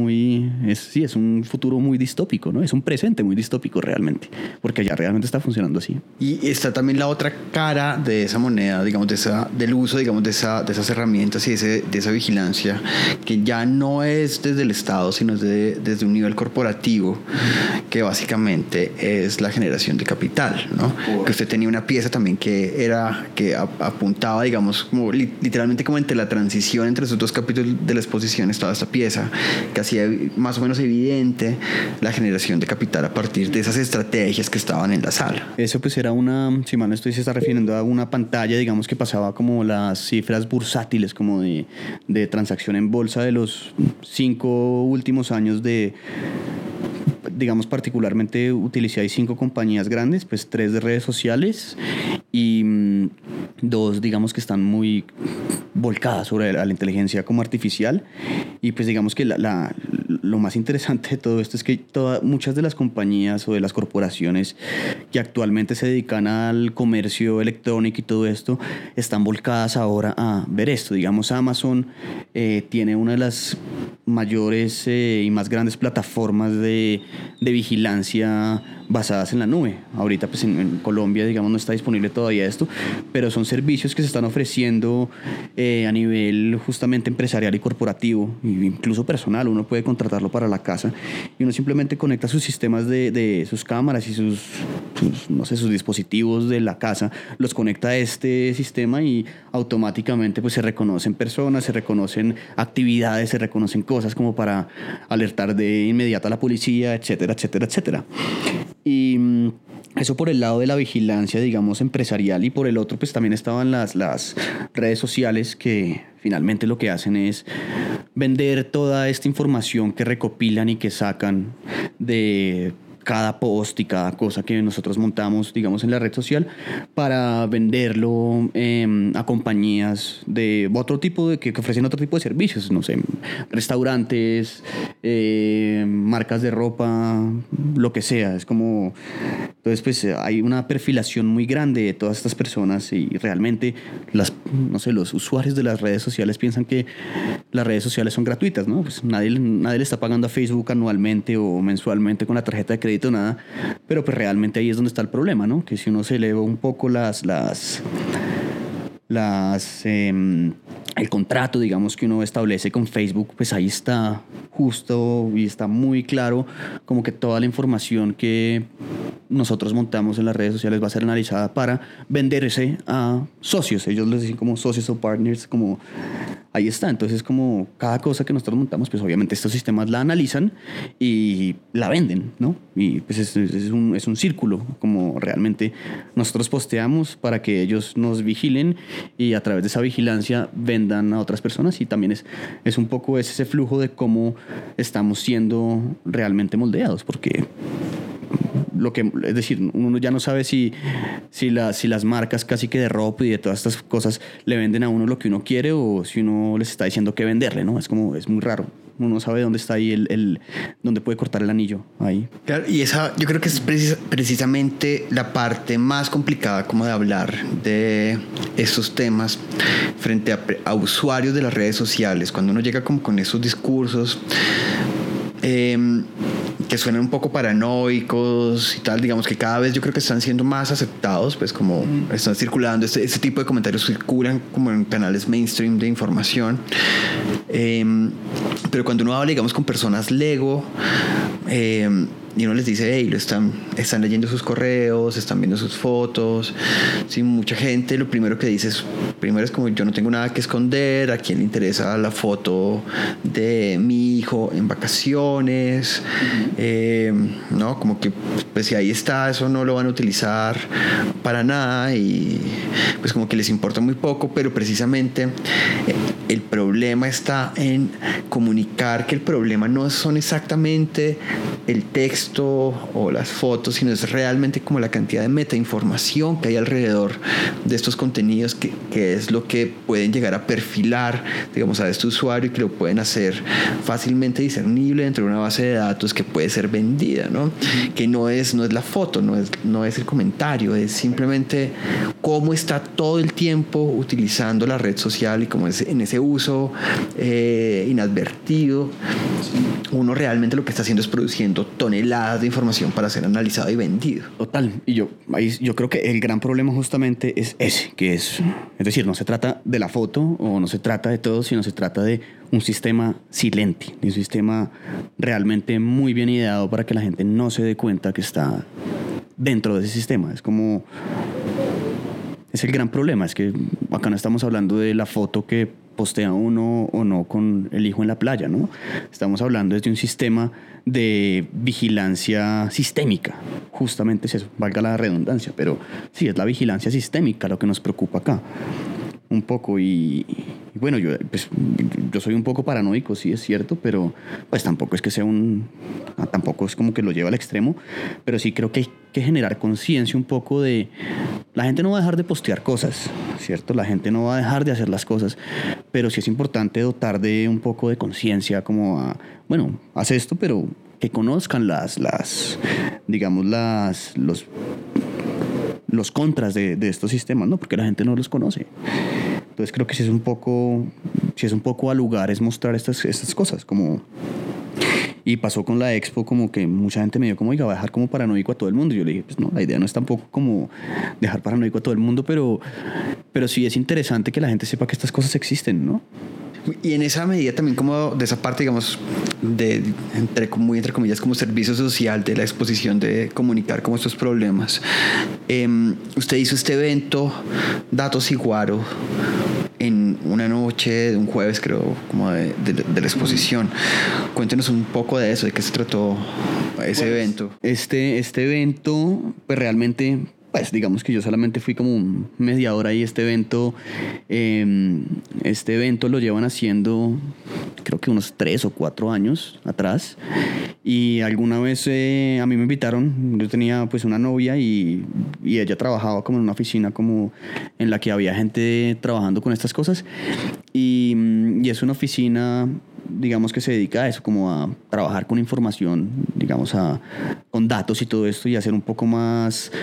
un futuro muy distópico, ¿no? Es un presente muy distópico realmente, porque ya realmente está funcionando así. Y está también la otra cara de esa moneda, digamos, del uso, digamos, de esas herramientas y de esa vigilancia, que ya no es desde el Estado, sino desde un nivel corporativo, que básicamente es la generación de capital, ¿no? Que usted tenía una pieza también que apuntaba, digamos, como literalmente como entre la transición entre esos 2 capítulos de la exposición estaba esta pieza que hacía más o menos evidente la generación de capital a partir de esas estrategias que estaban en la sala. Eso pues era si mal no estoy, se está refiriendo a una pantalla, digamos, que pasaba como las cifras bursátiles como de transacción en bolsa de los 5 últimos años digamos, particularmente utilicé 5 compañías grandes, pues 3 de redes sociales y 2, digamos, que están muy volcadas sobre la inteligencia como artificial. Y pues digamos que lo más interesante de todo esto es que muchas de las compañías o de las corporaciones que actualmente se dedican al comercio electrónico y todo esto están volcadas ahora a ver esto. Digamos, Amazon tiene una de las mayores y más grandes plataformas de vigilancia basadas en la nube. Ahorita pues en Colombia, digamos, no está disponible todavía esto, pero son servicios que se están ofreciendo a nivel justamente empresarial y corporativo, e incluso personal. Uno puede contratarlo para la casa y uno simplemente conecta sus sistemas de sus cámaras y sus dispositivos de la casa, los conecta a este sistema y automáticamente pues se reconocen personas, se reconocen actividades, se reconocen cosas como para alertar de inmediato a la policía, etcétera, etcétera, etcétera. Y eso por el lado de la vigilancia, digamos, empresarial, y por el otro pues también estaban las redes sociales, que finalmente lo que hacen es vender toda esta información que recopilan y que sacan de cada post y cada cosa que nosotros montamos, digamos, en la red social, para venderlo a compañías de otro tipo que ofrecen otro tipo de servicios, no sé, restaurantes, marcas de ropa, lo que sea. Es como, entonces pues hay una perfilación muy grande de todas estas personas, y realmente los usuarios de las redes sociales piensan que las redes sociales son gratuitas, ¿no? Pues nadie le está pagando a Facebook anualmente o mensualmente con la tarjeta de crédito, nada. Pero pues realmente ahí es donde está el problema, ¿no? Que si uno se eleva un poco el contrato, digamos, que uno establece con Facebook, pues ahí está justo y está muy claro como que toda la información que nosotros montamos en las redes sociales va a ser analizada para venderse a socios. Ellos les dicen como socios o partners, como ahí está. Entonces, como cada cosa que nosotros montamos, pues obviamente estos sistemas la analizan y la venden, ¿no? Y pues es un círculo, como realmente nosotros posteamos para que ellos nos vigilen y a través de esa vigilancia vendan a otras personas, y también es un poco ese flujo de cómo estamos siendo realmente moldeados, porque es decir, uno ya no sabe si las marcas casi que de ropa y de todas estas cosas le venden a uno lo que uno quiere o si uno les está diciendo que venderle, ¿no? Es muy raro. Uno no sabe dónde está ahí dónde puede cortar el anillo ahí. Claro, y esa yo creo que es precisamente la parte más complicada como de hablar de estos temas frente a usuarios de las redes sociales, cuando uno llega como con esos discursos que suenan un poco paranoicos y tal, digamos que cada vez yo creo que están siendo más aceptados, pues como están circulando, este tipo de comentarios circulan como en canales mainstream de información, pero cuando uno habla, digamos, con personas Lego, y uno les dice, hey, están leyendo sus correos, están viendo sus fotos. Sí, mucha gente lo primero que dice es como, yo no tengo nada que esconder, a quién le interesa la foto de mi hijo en vacaciones, no, como que pues si ahí está, eso no lo van a utilizar para nada y pues como que les importa muy poco, pero precisamente el problema está en comunicar que el problema no son exactamente el texto o las fotos, sino es realmente como la cantidad de metainformación que hay alrededor de estos contenidos que es lo que pueden llegar a perfilar, digamos, a este usuario y que lo pueden hacer fácilmente discernible dentro de una base de datos que puede ser vendida, ¿no? Que no es la foto, no es el comentario, es simplemente cómo está todo el tiempo utilizando la red social y cómo es en ese uso inadvertido. Uno realmente lo que está haciendo es produciendo toneladas de información para ser analizado y vendido. Total. Y yo creo que el gran problema justamente es ese, es decir, no se trata de la foto o no se trata de todo, sino se trata de un sistema silente, de un sistema realmente muy bien ideado para que la gente no se dé cuenta que está dentro de ese sistema. Es el gran problema, es que acá no estamos hablando de la foto que postea uno o no con el hijo en la playa, ¿no? Estamos hablando de un sistema de vigilancia sistémica. Justamente es eso, valga la redundancia, pero sí, es la vigilancia sistémica lo que nos preocupa acá. Un poco y bueno, yo soy un poco paranoico, sí es cierto, pero pues tampoco es que sea tampoco es como que lo lleva al extremo, pero sí creo que hay que generar conciencia un poco de la gente no va a dejar de postear cosas, ¿cierto? La gente no va a dejar de hacer las cosas, pero sí es importante dotar de un poco de conciencia como bueno, haz esto, pero que conozcan digamos los contras de estos sistemas, ¿no? Porque la gente no los conoce. Entonces creo que sí es un poco a lugares mostrar estas cosas, como... Y pasó con la expo, como que mucha gente me dijo como, oiga, va a dejar como paranoico a todo el mundo. Y yo le dije, pues no, la idea no es tampoco como dejar paranoico a todo el mundo, pero sí es interesante que la gente sepa que estas cosas existen, ¿no? Y en esa medida también como de esa parte, digamos, entre comillas, como servicio social de la exposición de comunicar como estos problemas. Usted hizo este evento, Datos Iguaro, en una noche, un jueves creo, como de la exposición. Cuéntenos un poco de eso, de qué se trató ese evento. Este evento, pues realmente... Pues digamos que yo solamente fui como media hora y este evento lo llevan haciendo creo que unos 3 o 4 años atrás, y alguna vez a mí me invitaron. Yo tenía pues una novia y ella trabajaba como en una oficina como en la que había gente trabajando con estas cosas, y es una oficina, digamos, que se dedica a eso, como a trabajar con información, digamos, con datos y todo esto, y hacer un poco más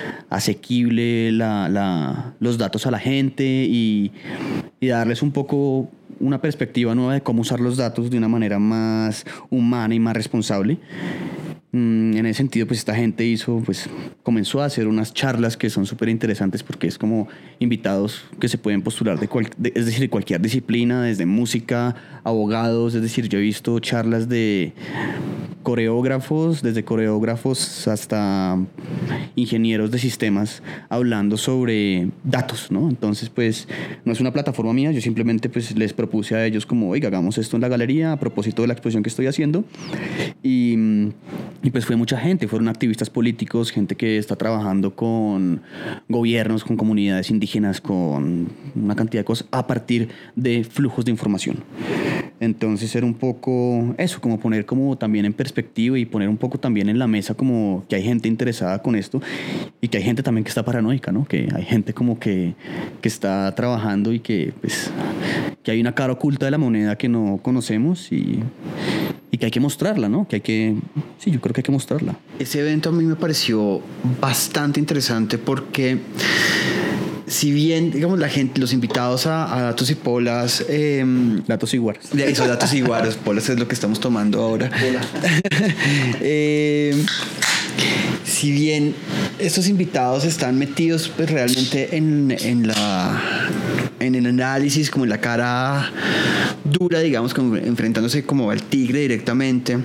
asequible los datos a la gente y darles un poco una perspectiva nueva de cómo usar los datos de una manera más humana y más responsable. En ese sentido, pues esta gente comenzó a hacer unas charlas que son súper interesantes porque es como invitados que se pueden postular es decir, de cualquier disciplina, desde música, abogados, es decir, yo he visto charlas de coreógrafos, desde coreógrafos hasta ingenieros de sistemas hablando sobre datos, ¿no? Entonces, pues no es una plataforma mía, yo simplemente pues les propuse a ellos como, oiga, hagamos esto en la galería a propósito de la exposición que estoy haciendo y pues fue mucha gente, fueron activistas políticos, gente que está trabajando con gobiernos, con comunidades indígenas, con una cantidad de cosas a partir de flujos de información. Entonces era un poco eso, como poner como también en perspectiva y poner un poco también en la mesa como que hay gente interesada con esto y que hay gente también que está paranoica, ¿no? Que hay gente como que está trabajando y que pues que hay una cara oculta de la moneda que no conocemos y que hay que mostrarla, ¿no? Sí, yo creo que hay que mostrarla. Ese evento a mí me pareció bastante interesante porque si bien, digamos, la gente, los invitados a Datos y Polas... Datos y Guaros. Eso, Datos y Guaros. Polas es lo que estamos tomando ahora. Si bien estos invitados están metidos pues, realmente en el análisis, como en la cara dura, digamos, como enfrentándose como al tigre directamente,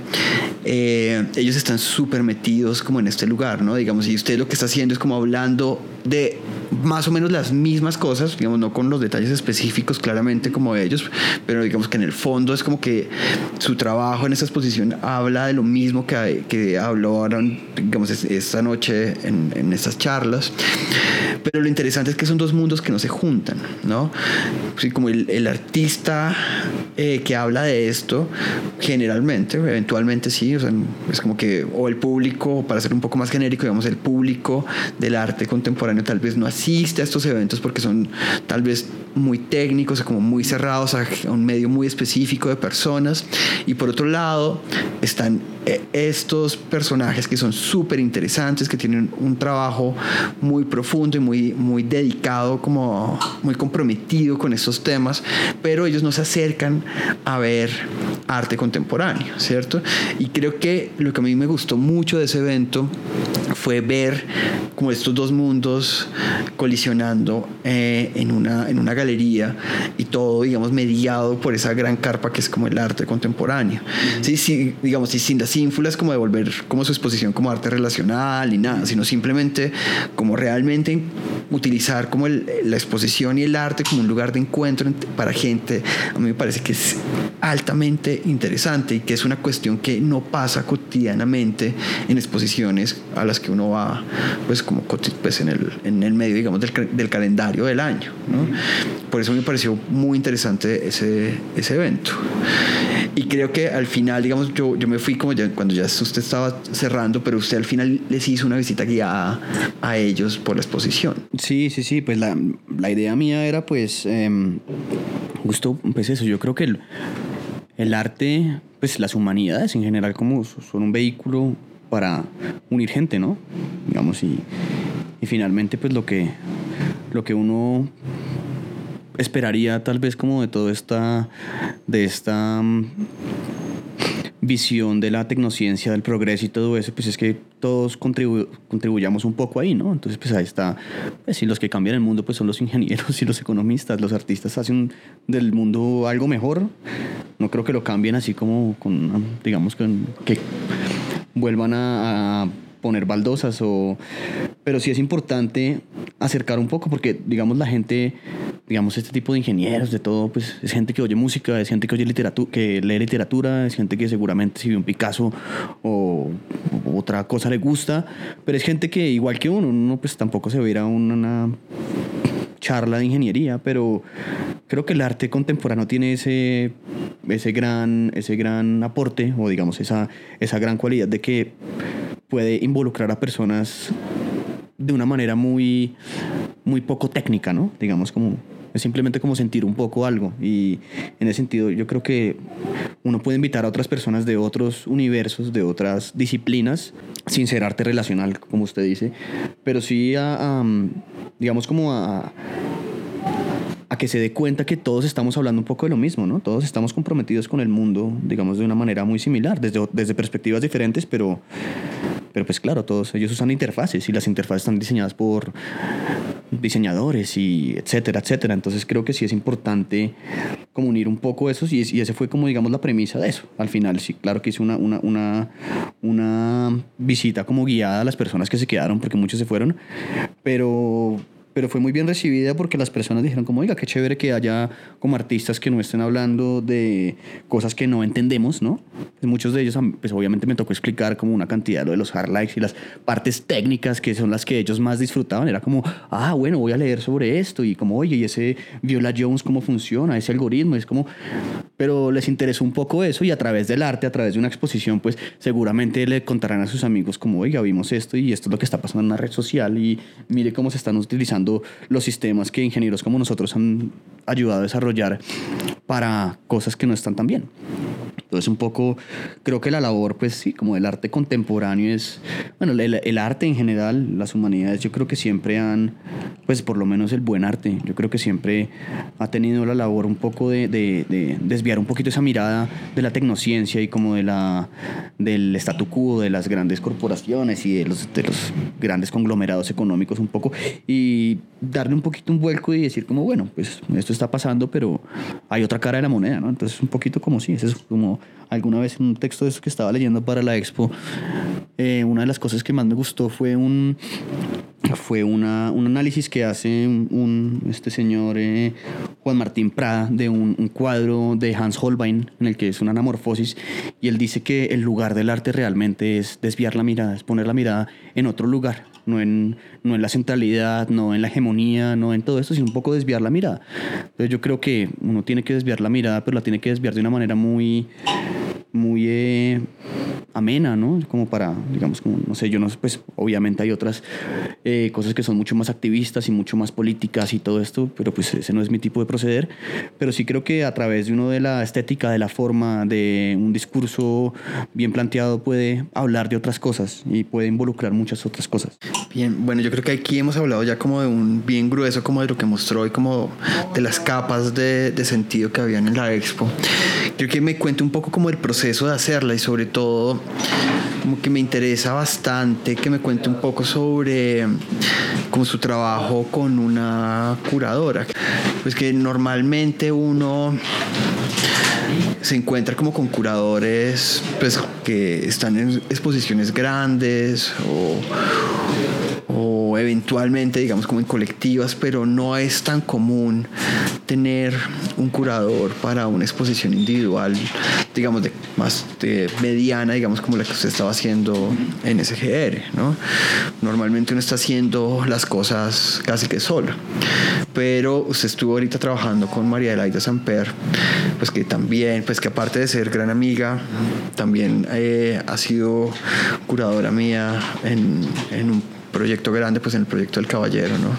ellos están súper metidos como en este lugar, ¿no? Digamos, y usted lo que está haciendo es como hablando de más o menos las mismas cosas, digamos, no con los detalles específicos claramente como ellos, pero digamos que en el fondo es como que su trabajo en esta exposición habla de lo mismo que hablaron, digamos, esta noche en estas charlas. Pero lo interesante es que son dos mundos que no se juntan, ¿no? Sí, como el artista que habla de esto, generalmente, eventualmente sí, o sea, es como que, o el público, para ser un poco más genérico, digamos, el público del arte contemporáneo tal vez no asiste a estos eventos porque son tal vez muy técnicos o como muy cerrados a un medio muy específico de personas. Y por otro lado están estos personajes que son súper interesantes, que tienen un trabajo muy profundo y muy dedicado, como muy comprometido con estos temas, pero ellos no se acercan a ver arte contemporáneo, ¿cierto? Y creo que lo que a mí me gustó mucho de ese evento fue ver como estos dos mundos colisionando en una galería y todo, digamos, mediado por esa gran carpa que es como el arte contemporáneo. Sí, digamos, y sin las ínfulas como de volver como su exposición como arte relacional ni nada, sino simplemente como realmente utilizar como la exposición y el arte como un lugar de encuentro para gente. A mí me parece que es altamente interesante y que es una cuestión que no pasa cotidianamente en exposiciones a las que uno va pues como pues en el medio, digamos, del calendario del año, ¿no? Por eso me pareció muy interesante ese evento. Y creo que al final, digamos, yo me fui como ya, cuando ya usted estaba cerrando, pero usted al final les hizo una visita guiada a ellos por la exposición. Sí, pues la idea mía era pues justo pues eso, yo creo que el arte, pues las humanidades en general como son un vehículo para unir gente, ¿no? Digamos, y finalmente pues lo que uno esperaría tal vez como de toda esta visión de la tecnociencia, del progreso y todo eso, pues es que todos contribuyamos un poco ahí, ¿no? Entonces pues ahí está, pues si los que cambian el mundo pues son los ingenieros y los economistas, los artistas hacen del mundo algo mejor. No creo que lo cambien así como digamos que vuelvan a poner baldosas pero sí es importante acercar un poco porque digamos la gente, digamos este tipo de ingenieros, de todo, pues es gente que oye música, es gente que oye literatura, que lee literatura, es gente que seguramente si ve un Picasso o otra cosa le gusta, pero es gente que igual que uno pues tampoco se va a ir a una charla de ingeniería, pero creo que el arte contemporáneo tiene ese gran aporte o digamos esa gran cualidad de que puede involucrar a personas de una manera muy, muy poco técnica, ¿no? Digamos como es simplemente como sentir un poco algo y en ese sentido yo creo que uno puede invitar a otras personas de otros universos, de otras disciplinas, sin ser arte relacional, como usted dice, pero sí digamos como a a que se dé cuenta que todos estamos hablando un poco de lo mismo, ¿no? Todos estamos comprometidos con el mundo, digamos, de una manera muy similar, desde perspectivas diferentes, pero pues claro, todos ellos usan interfaces y las interfaces están diseñadas por diseñadores y etcétera, etcétera. Entonces creo que sí es importante como unir un poco eso y ese fue como, digamos, la premisa de eso. Al final, sí, claro que hice una visita como guiada a las personas que se quedaron, porque muchos se fueron, pero fue muy bien recibida porque las personas dijeron como, oiga, qué chévere que haya como artistas que no estén hablando de cosas que no entendemos, ¿no? Pues muchos de ellos, pues obviamente me tocó explicar como una cantidad de lo de los highlights y las partes técnicas que son las que ellos más disfrutaban. Era como, bueno, voy a leer sobre esto y como, oye, y ese Viola Jones, ¿cómo funciona? Ese algoritmo, es como... Pero les interesó un poco eso y a través del arte, a través de una exposición, pues seguramente le contarán a sus amigos como, oiga, vimos esto y esto es lo que está pasando en una red social y mire cómo se están utilizando los sistemas que ingenieros como nosotros han ayudado a desarrollar para cosas que no están tan bien. Entonces un poco creo que la labor, pues sí, como del arte contemporáneo es, bueno, el arte en general, las humanidades, yo creo que siempre han, pues por lo menos el buen arte, yo creo que siempre ha tenido la labor un poco de desviar un poquito esa mirada de la tecnociencia y como del statu quo, de las grandes corporaciones y de los grandes conglomerados económicos un poco, y darle un poquito un vuelco y decir como, bueno, pues esto está pasando, pero hay otra cara de la moneda, ¿no? Entonces un poquito como sí, es como alguna vez en un texto de eso que estaba leyendo para la expo, una de las cosas que más me gustó fue un análisis que hace este señor Juan Martín Prada de un cuadro de Hans Holbein en el que es una anamorfosis, y él dice que el lugar del arte realmente es desviar la mirada, es poner la mirada en otro lugar, no en la centralidad, no en la hegemonía, no en todo esto, sino un poco desviar la mirada. Entonces yo creo que uno tiene que desviar la mirada, pero la tiene que desviar de una manera muy amena, ¿no? Como para, digamos, como, no sé, yo no sé, pues obviamente hay otras cosas que son mucho más activistas y mucho más políticas y todo esto, pero pues ese no es mi tipo de proceder, pero sí creo que a través de uno de la estética, de la forma, de un discurso bien planteado puede hablar de otras cosas y puede involucrar muchas otras cosas. Bien, bueno, yo creo que aquí hemos hablado ya como de un bien grueso, como de lo que mostró y como de las capas de sentido que habían en la expo. Creo que me cuente un poco como el proceso de hacerla y sobre todo como que me interesa bastante que me cuente un poco sobre como su trabajo con una curadora. Pues que normalmente uno se encuentra como con curadores pues que están en exposiciones grandes o eventualmente digamos como en colectivas, pero no es tan común tener un curador para una exposición individual, digamos más mediana, digamos como la que usted estaba haciendo en SGR, ¿no? Normalmente uno está haciendo las cosas casi que sola, pero usted estuvo ahorita trabajando con María Adelaida Samper, pues que también, pues que aparte de ser gran amiga, también ha sido curadora mía en un proyecto grande, pues en el proyecto del Caballero, ¿no?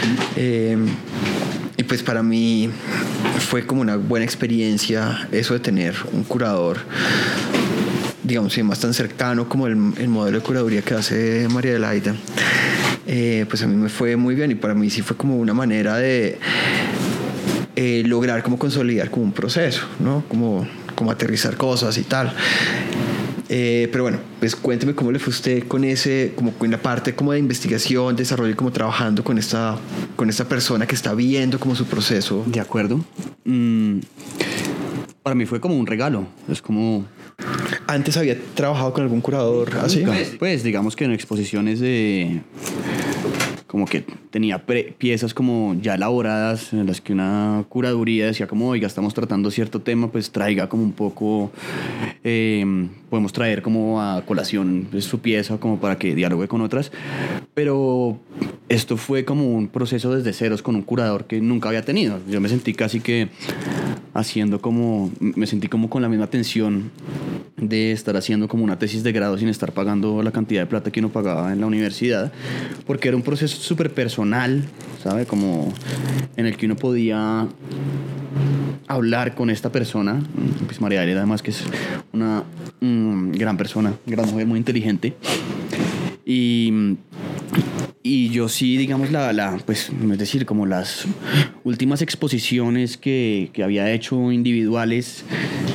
Y pues para mí fue como una buena experiencia eso de tener un curador, digamos, más tan cercano como el modelo de curaduría que hace María Adelaida. Pues a mí me fue muy bien y para mí sí fue como una manera de lograr como consolidar como un proceso, ¿no? Como aterrizar cosas y tal. Pero bueno, pues cuénteme cómo le fue a usted con ese, como con la parte como de investigación, desarrollo y como trabajando con esta persona que está viendo como su proceso. De acuerdo. Para mí fue como un regalo. Es como... ¿Antes había trabajado con algún curador así? Pues digamos que en exposiciones de... como que tenía piezas como ya elaboradas en las que una curaduría decía como, oiga, estamos tratando cierto tema, pues traiga como un poco, podemos traer como a colación su pieza como para que dialogue con otras, pero esto fue como un proceso desde ceros con un curador que nunca había tenido. Yo me sentí casi que me sentí como con la misma tensión de estar haciendo como una tesis de grado sin estar pagando la cantidad de plata que uno pagaba en la universidad, porque era un proceso súper personal, ¿sabe? Como en el que uno podía hablar con esta persona, pues María Adelaida además que es una gran persona, gran mujer, muy inteligente, y Y yo sí, digamos, pues, es decir, como las últimas exposiciones que había hecho individuales,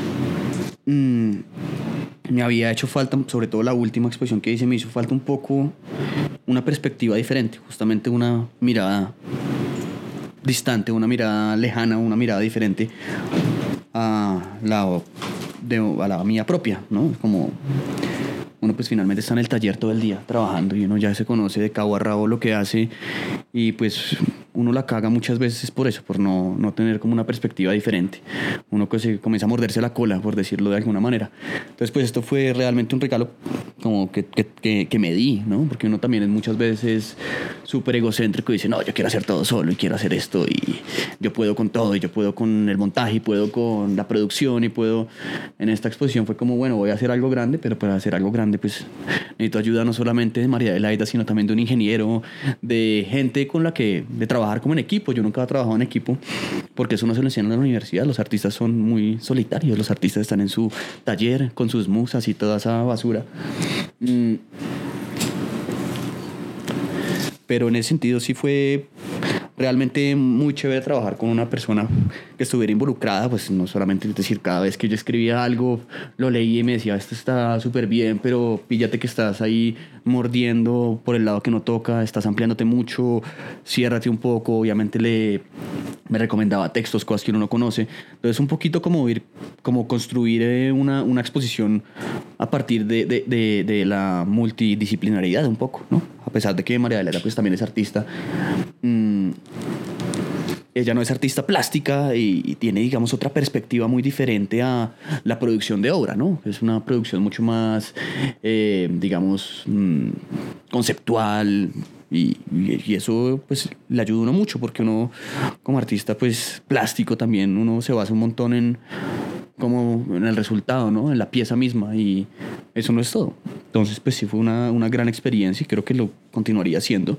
me había hecho falta, sobre todo la última exposición que hice, me hizo falta un poco una perspectiva diferente, justamente una mirada distante, una mirada lejana, una mirada diferente a la mía propia, ¿no? Como uno pues finalmente está en el taller todo el día trabajando y uno ya se conoce de cabo a rabo lo que hace y pues uno la caga muchas veces por eso, por no tener como una perspectiva diferente. Uno que se comienza a morderse la cola, por decirlo de alguna manera. Entonces pues esto fue realmente un regalo como que me di, ¿no? Porque uno también es muchas veces súper egocéntrico y dice, no, yo quiero hacer todo solo y quiero hacer esto y yo puedo con todo y yo puedo con el montaje y puedo con la producción y puedo... En esta exposición fue como, bueno, voy a hacer algo grande, pero para hacer algo grande pues necesito ayuda no solamente de María Adelaida, sino también de un ingeniero, de gente con la que... de trabajar como en equipo. Yo nunca he trabajado en equipo porque eso no se lo enseñan en la universidad. Los artistas son muy solitarios, los artistas están en su taller con sus musas y toda esa basura. Pero en ese sentido sí fue realmente muy chévere trabajar con una persona que estuviera involucrada, pues no solamente, es decir, cada vez que yo escribía algo, lo leía y me decía, esto está súper bien, pero píllate que estás ahí mordiendo por el lado que no toca, estás ampliándote mucho, ciérrate un poco. Obviamente me recomendaba textos, cosas que uno no conoce. Entonces un poquito como construir una exposición a partir de la multidisciplinariedad un poco, ¿no? A pesar de que María Adelaida pues también es artista. Ella no es artista plástica y tiene, digamos, otra perspectiva muy diferente a la producción de obra, ¿no? Es una producción mucho más, digamos, conceptual y eso, pues, le ayuda a uno mucho porque uno, como artista, pues, plástico también, uno se basa un montón en el resultado, ¿no? En la pieza misma y eso no es todo. Entonces, pues, sí fue una gran experiencia y creo que lo continuaría haciendo.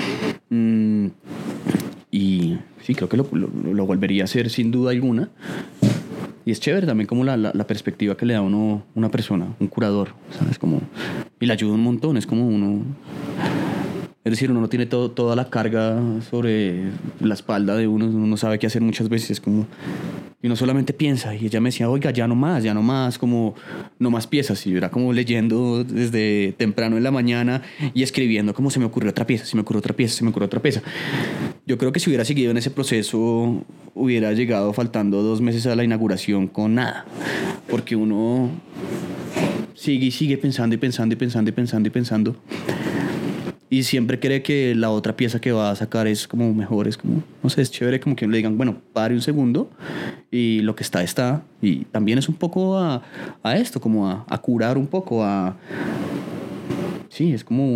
Y sí, creo que lo volvería a hacer sin duda alguna. Y es chévere también como la perspectiva que le da a uno una persona, un curador, ¿sabes? Y le ayuda un montón, es como uno... Es decir, uno no tiene toda la carga sobre la espalda de uno no sabe qué hacer muchas veces, como... Y uno solamente piensa, y ella me decía, oiga, ya no más, como no más piezas. Y yo era como leyendo desde temprano en la mañana y escribiendo como se me ocurrió otra pieza, se me ocurrió otra pieza, se me ocurrió otra pieza. Yo creo que si hubiera seguido en ese proceso, hubiera llegado faltando 2 meses a la inauguración con nada. Porque uno sigue pensando y pensando y pensando y pensando y pensando. Y siempre cree que la otra pieza que va a sacar es como mejor, es como, no sé, es chévere como que le digan, bueno, pare un segundo y lo que está. Y también es un poco a esto, como a curar un poco, sí, es como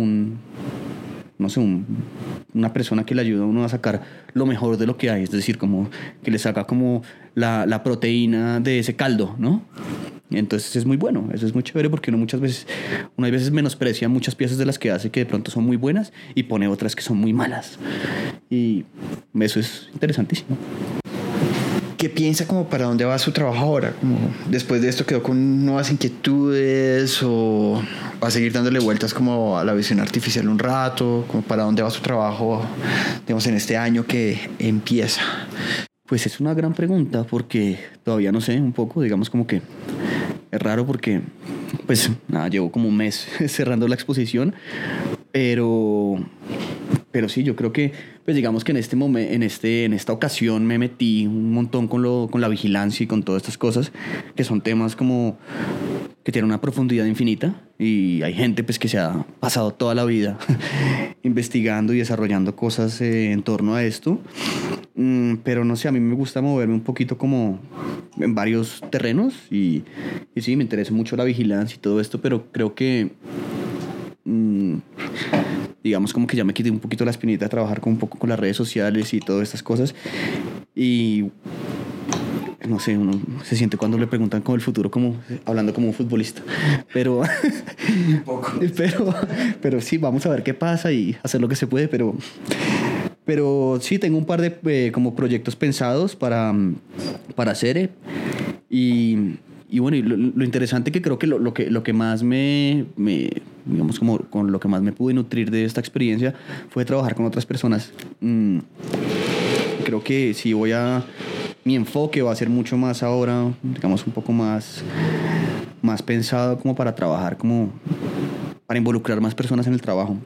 una persona que le ayuda a uno a sacar lo mejor de lo que hay, es decir, como que le saca como la proteína de ese caldo, ¿no? Entonces es muy bueno, eso es muy chévere porque uno hay veces menosprecia muchas piezas de las que hace que de pronto son muy buenas y pone otras que son muy malas. Y eso es interesantísimo. ¿Qué piensa como para dónde va su trabajo ahora? Como después de esto quedó con nuevas inquietudes o va a seguir dándole vueltas como a la visión artificial un rato, como para dónde va su trabajo, digamos, en este año que empieza. Pues es una gran pregunta porque todavía no sé un poco, digamos como que es raro porque pues nada, llevo como un mes cerrando la exposición, pero sí, yo creo que pues digamos que en esta ocasión me metí un montón con la vigilancia y con todas estas cosas que son temas como que tienen una profundidad infinita y hay gente pues que se ha pasado toda la vida investigando y desarrollando cosas en torno a esto. Pero no sé, a mí me gusta moverme un poquito como en varios terrenos y sí, me interesa mucho la vigilancia y todo esto, pero creo que digamos como que ya me quité un poquito la espinita de trabajar un poco con las redes sociales y todas estas cosas y no sé, uno se siente cuando le preguntan como el futuro, como hablando como un futbolista, pero pero sí, vamos a ver qué pasa y hacer lo que se puede, pero sí, tengo un par de como proyectos pensados para hacer y bueno, y lo interesante que creo que lo que más me digamos, como con lo que más me pude nutrir de esta experiencia fue trabajar con otras personas. Creo que si mi enfoque va a ser mucho más ahora, digamos, un poco más pensado como para trabajar, como para involucrar más personas en el trabajo.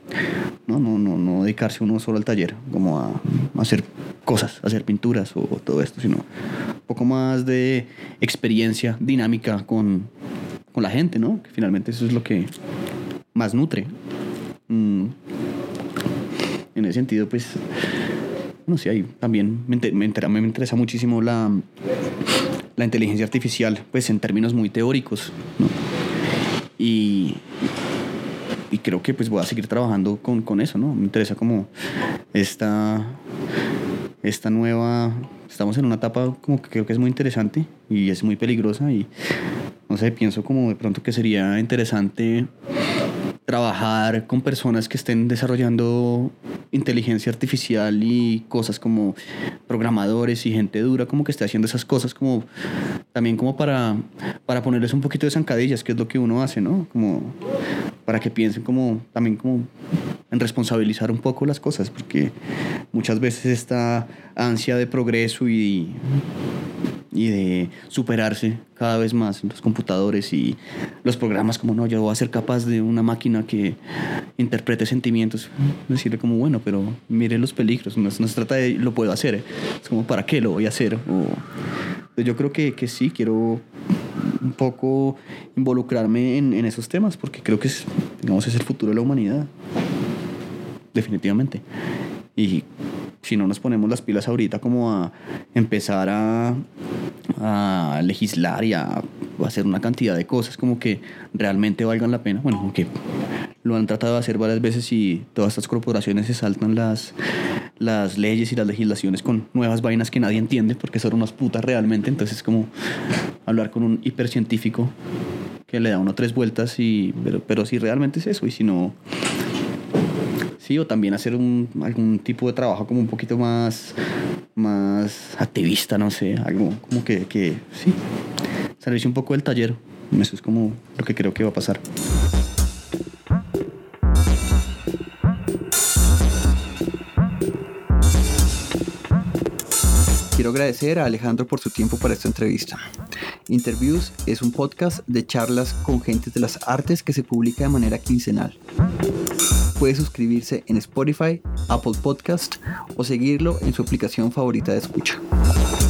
No dedicarse uno solo al taller, como a hacer cosas, hacer pinturas o todo esto, sino un poco más de experiencia dinámica con la gente, ¿no? Que finalmente eso es lo que más nutre. En ese sentido, pues, no sé, ahí también me interesa muchísimo la inteligencia artificial, pues en términos muy teóricos, ¿no? Y creo que pues voy a seguir trabajando con eso, ¿no? Me interesa como esta nueva... Estamos en una etapa como que creo que es muy interesante y es muy peligrosa y no sé, pienso como de pronto que sería interesante trabajar con personas que estén desarrollando inteligencia artificial y cosas como programadores y gente dura como que esté haciendo esas cosas como también como para ponerles un poquito de zancadillas, que es lo que uno hace, ¿no? Como para que piensen como también como en responsabilizar un poco las cosas, porque muchas veces esta ansia de progreso y de superarse cada vez más en los computadores y los programas, como no, yo voy a ser capaz de una máquina que interprete sentimientos, decirle como bueno, pero mire los peligros, no se trata de lo puedo hacer, es como para qué lo voy a hacer. Yo creo que sí, quiero un poco involucrarme en esos temas, porque creo que es el futuro de la humanidad, definitivamente. Y si no nos ponemos las pilas ahorita como a empezar a legislar y a hacer una cantidad de cosas como que realmente valgan la pena, bueno, aunque lo han tratado de hacer varias veces y todas estas corporaciones se saltan las leyes y las legislaciones con nuevas vainas que nadie entiende porque son unas putas realmente, entonces es como hablar con un hipercientífico que le da uno 3 vueltas pero si realmente es eso y si no... Sí, o también hacer algún tipo de trabajo como un poquito más activista, no sé, algo como que sí, salirse un poco del taller. Eso es como lo que creo que va a pasar. Quiero agradecer a Alejandro por su tiempo para esta entrevista. Interviews es un podcast de charlas con gentes de las artes que se publica de manera quincenal. Puede suscribirse en Spotify, Apple Podcast o seguirlo en su aplicación favorita de escucha.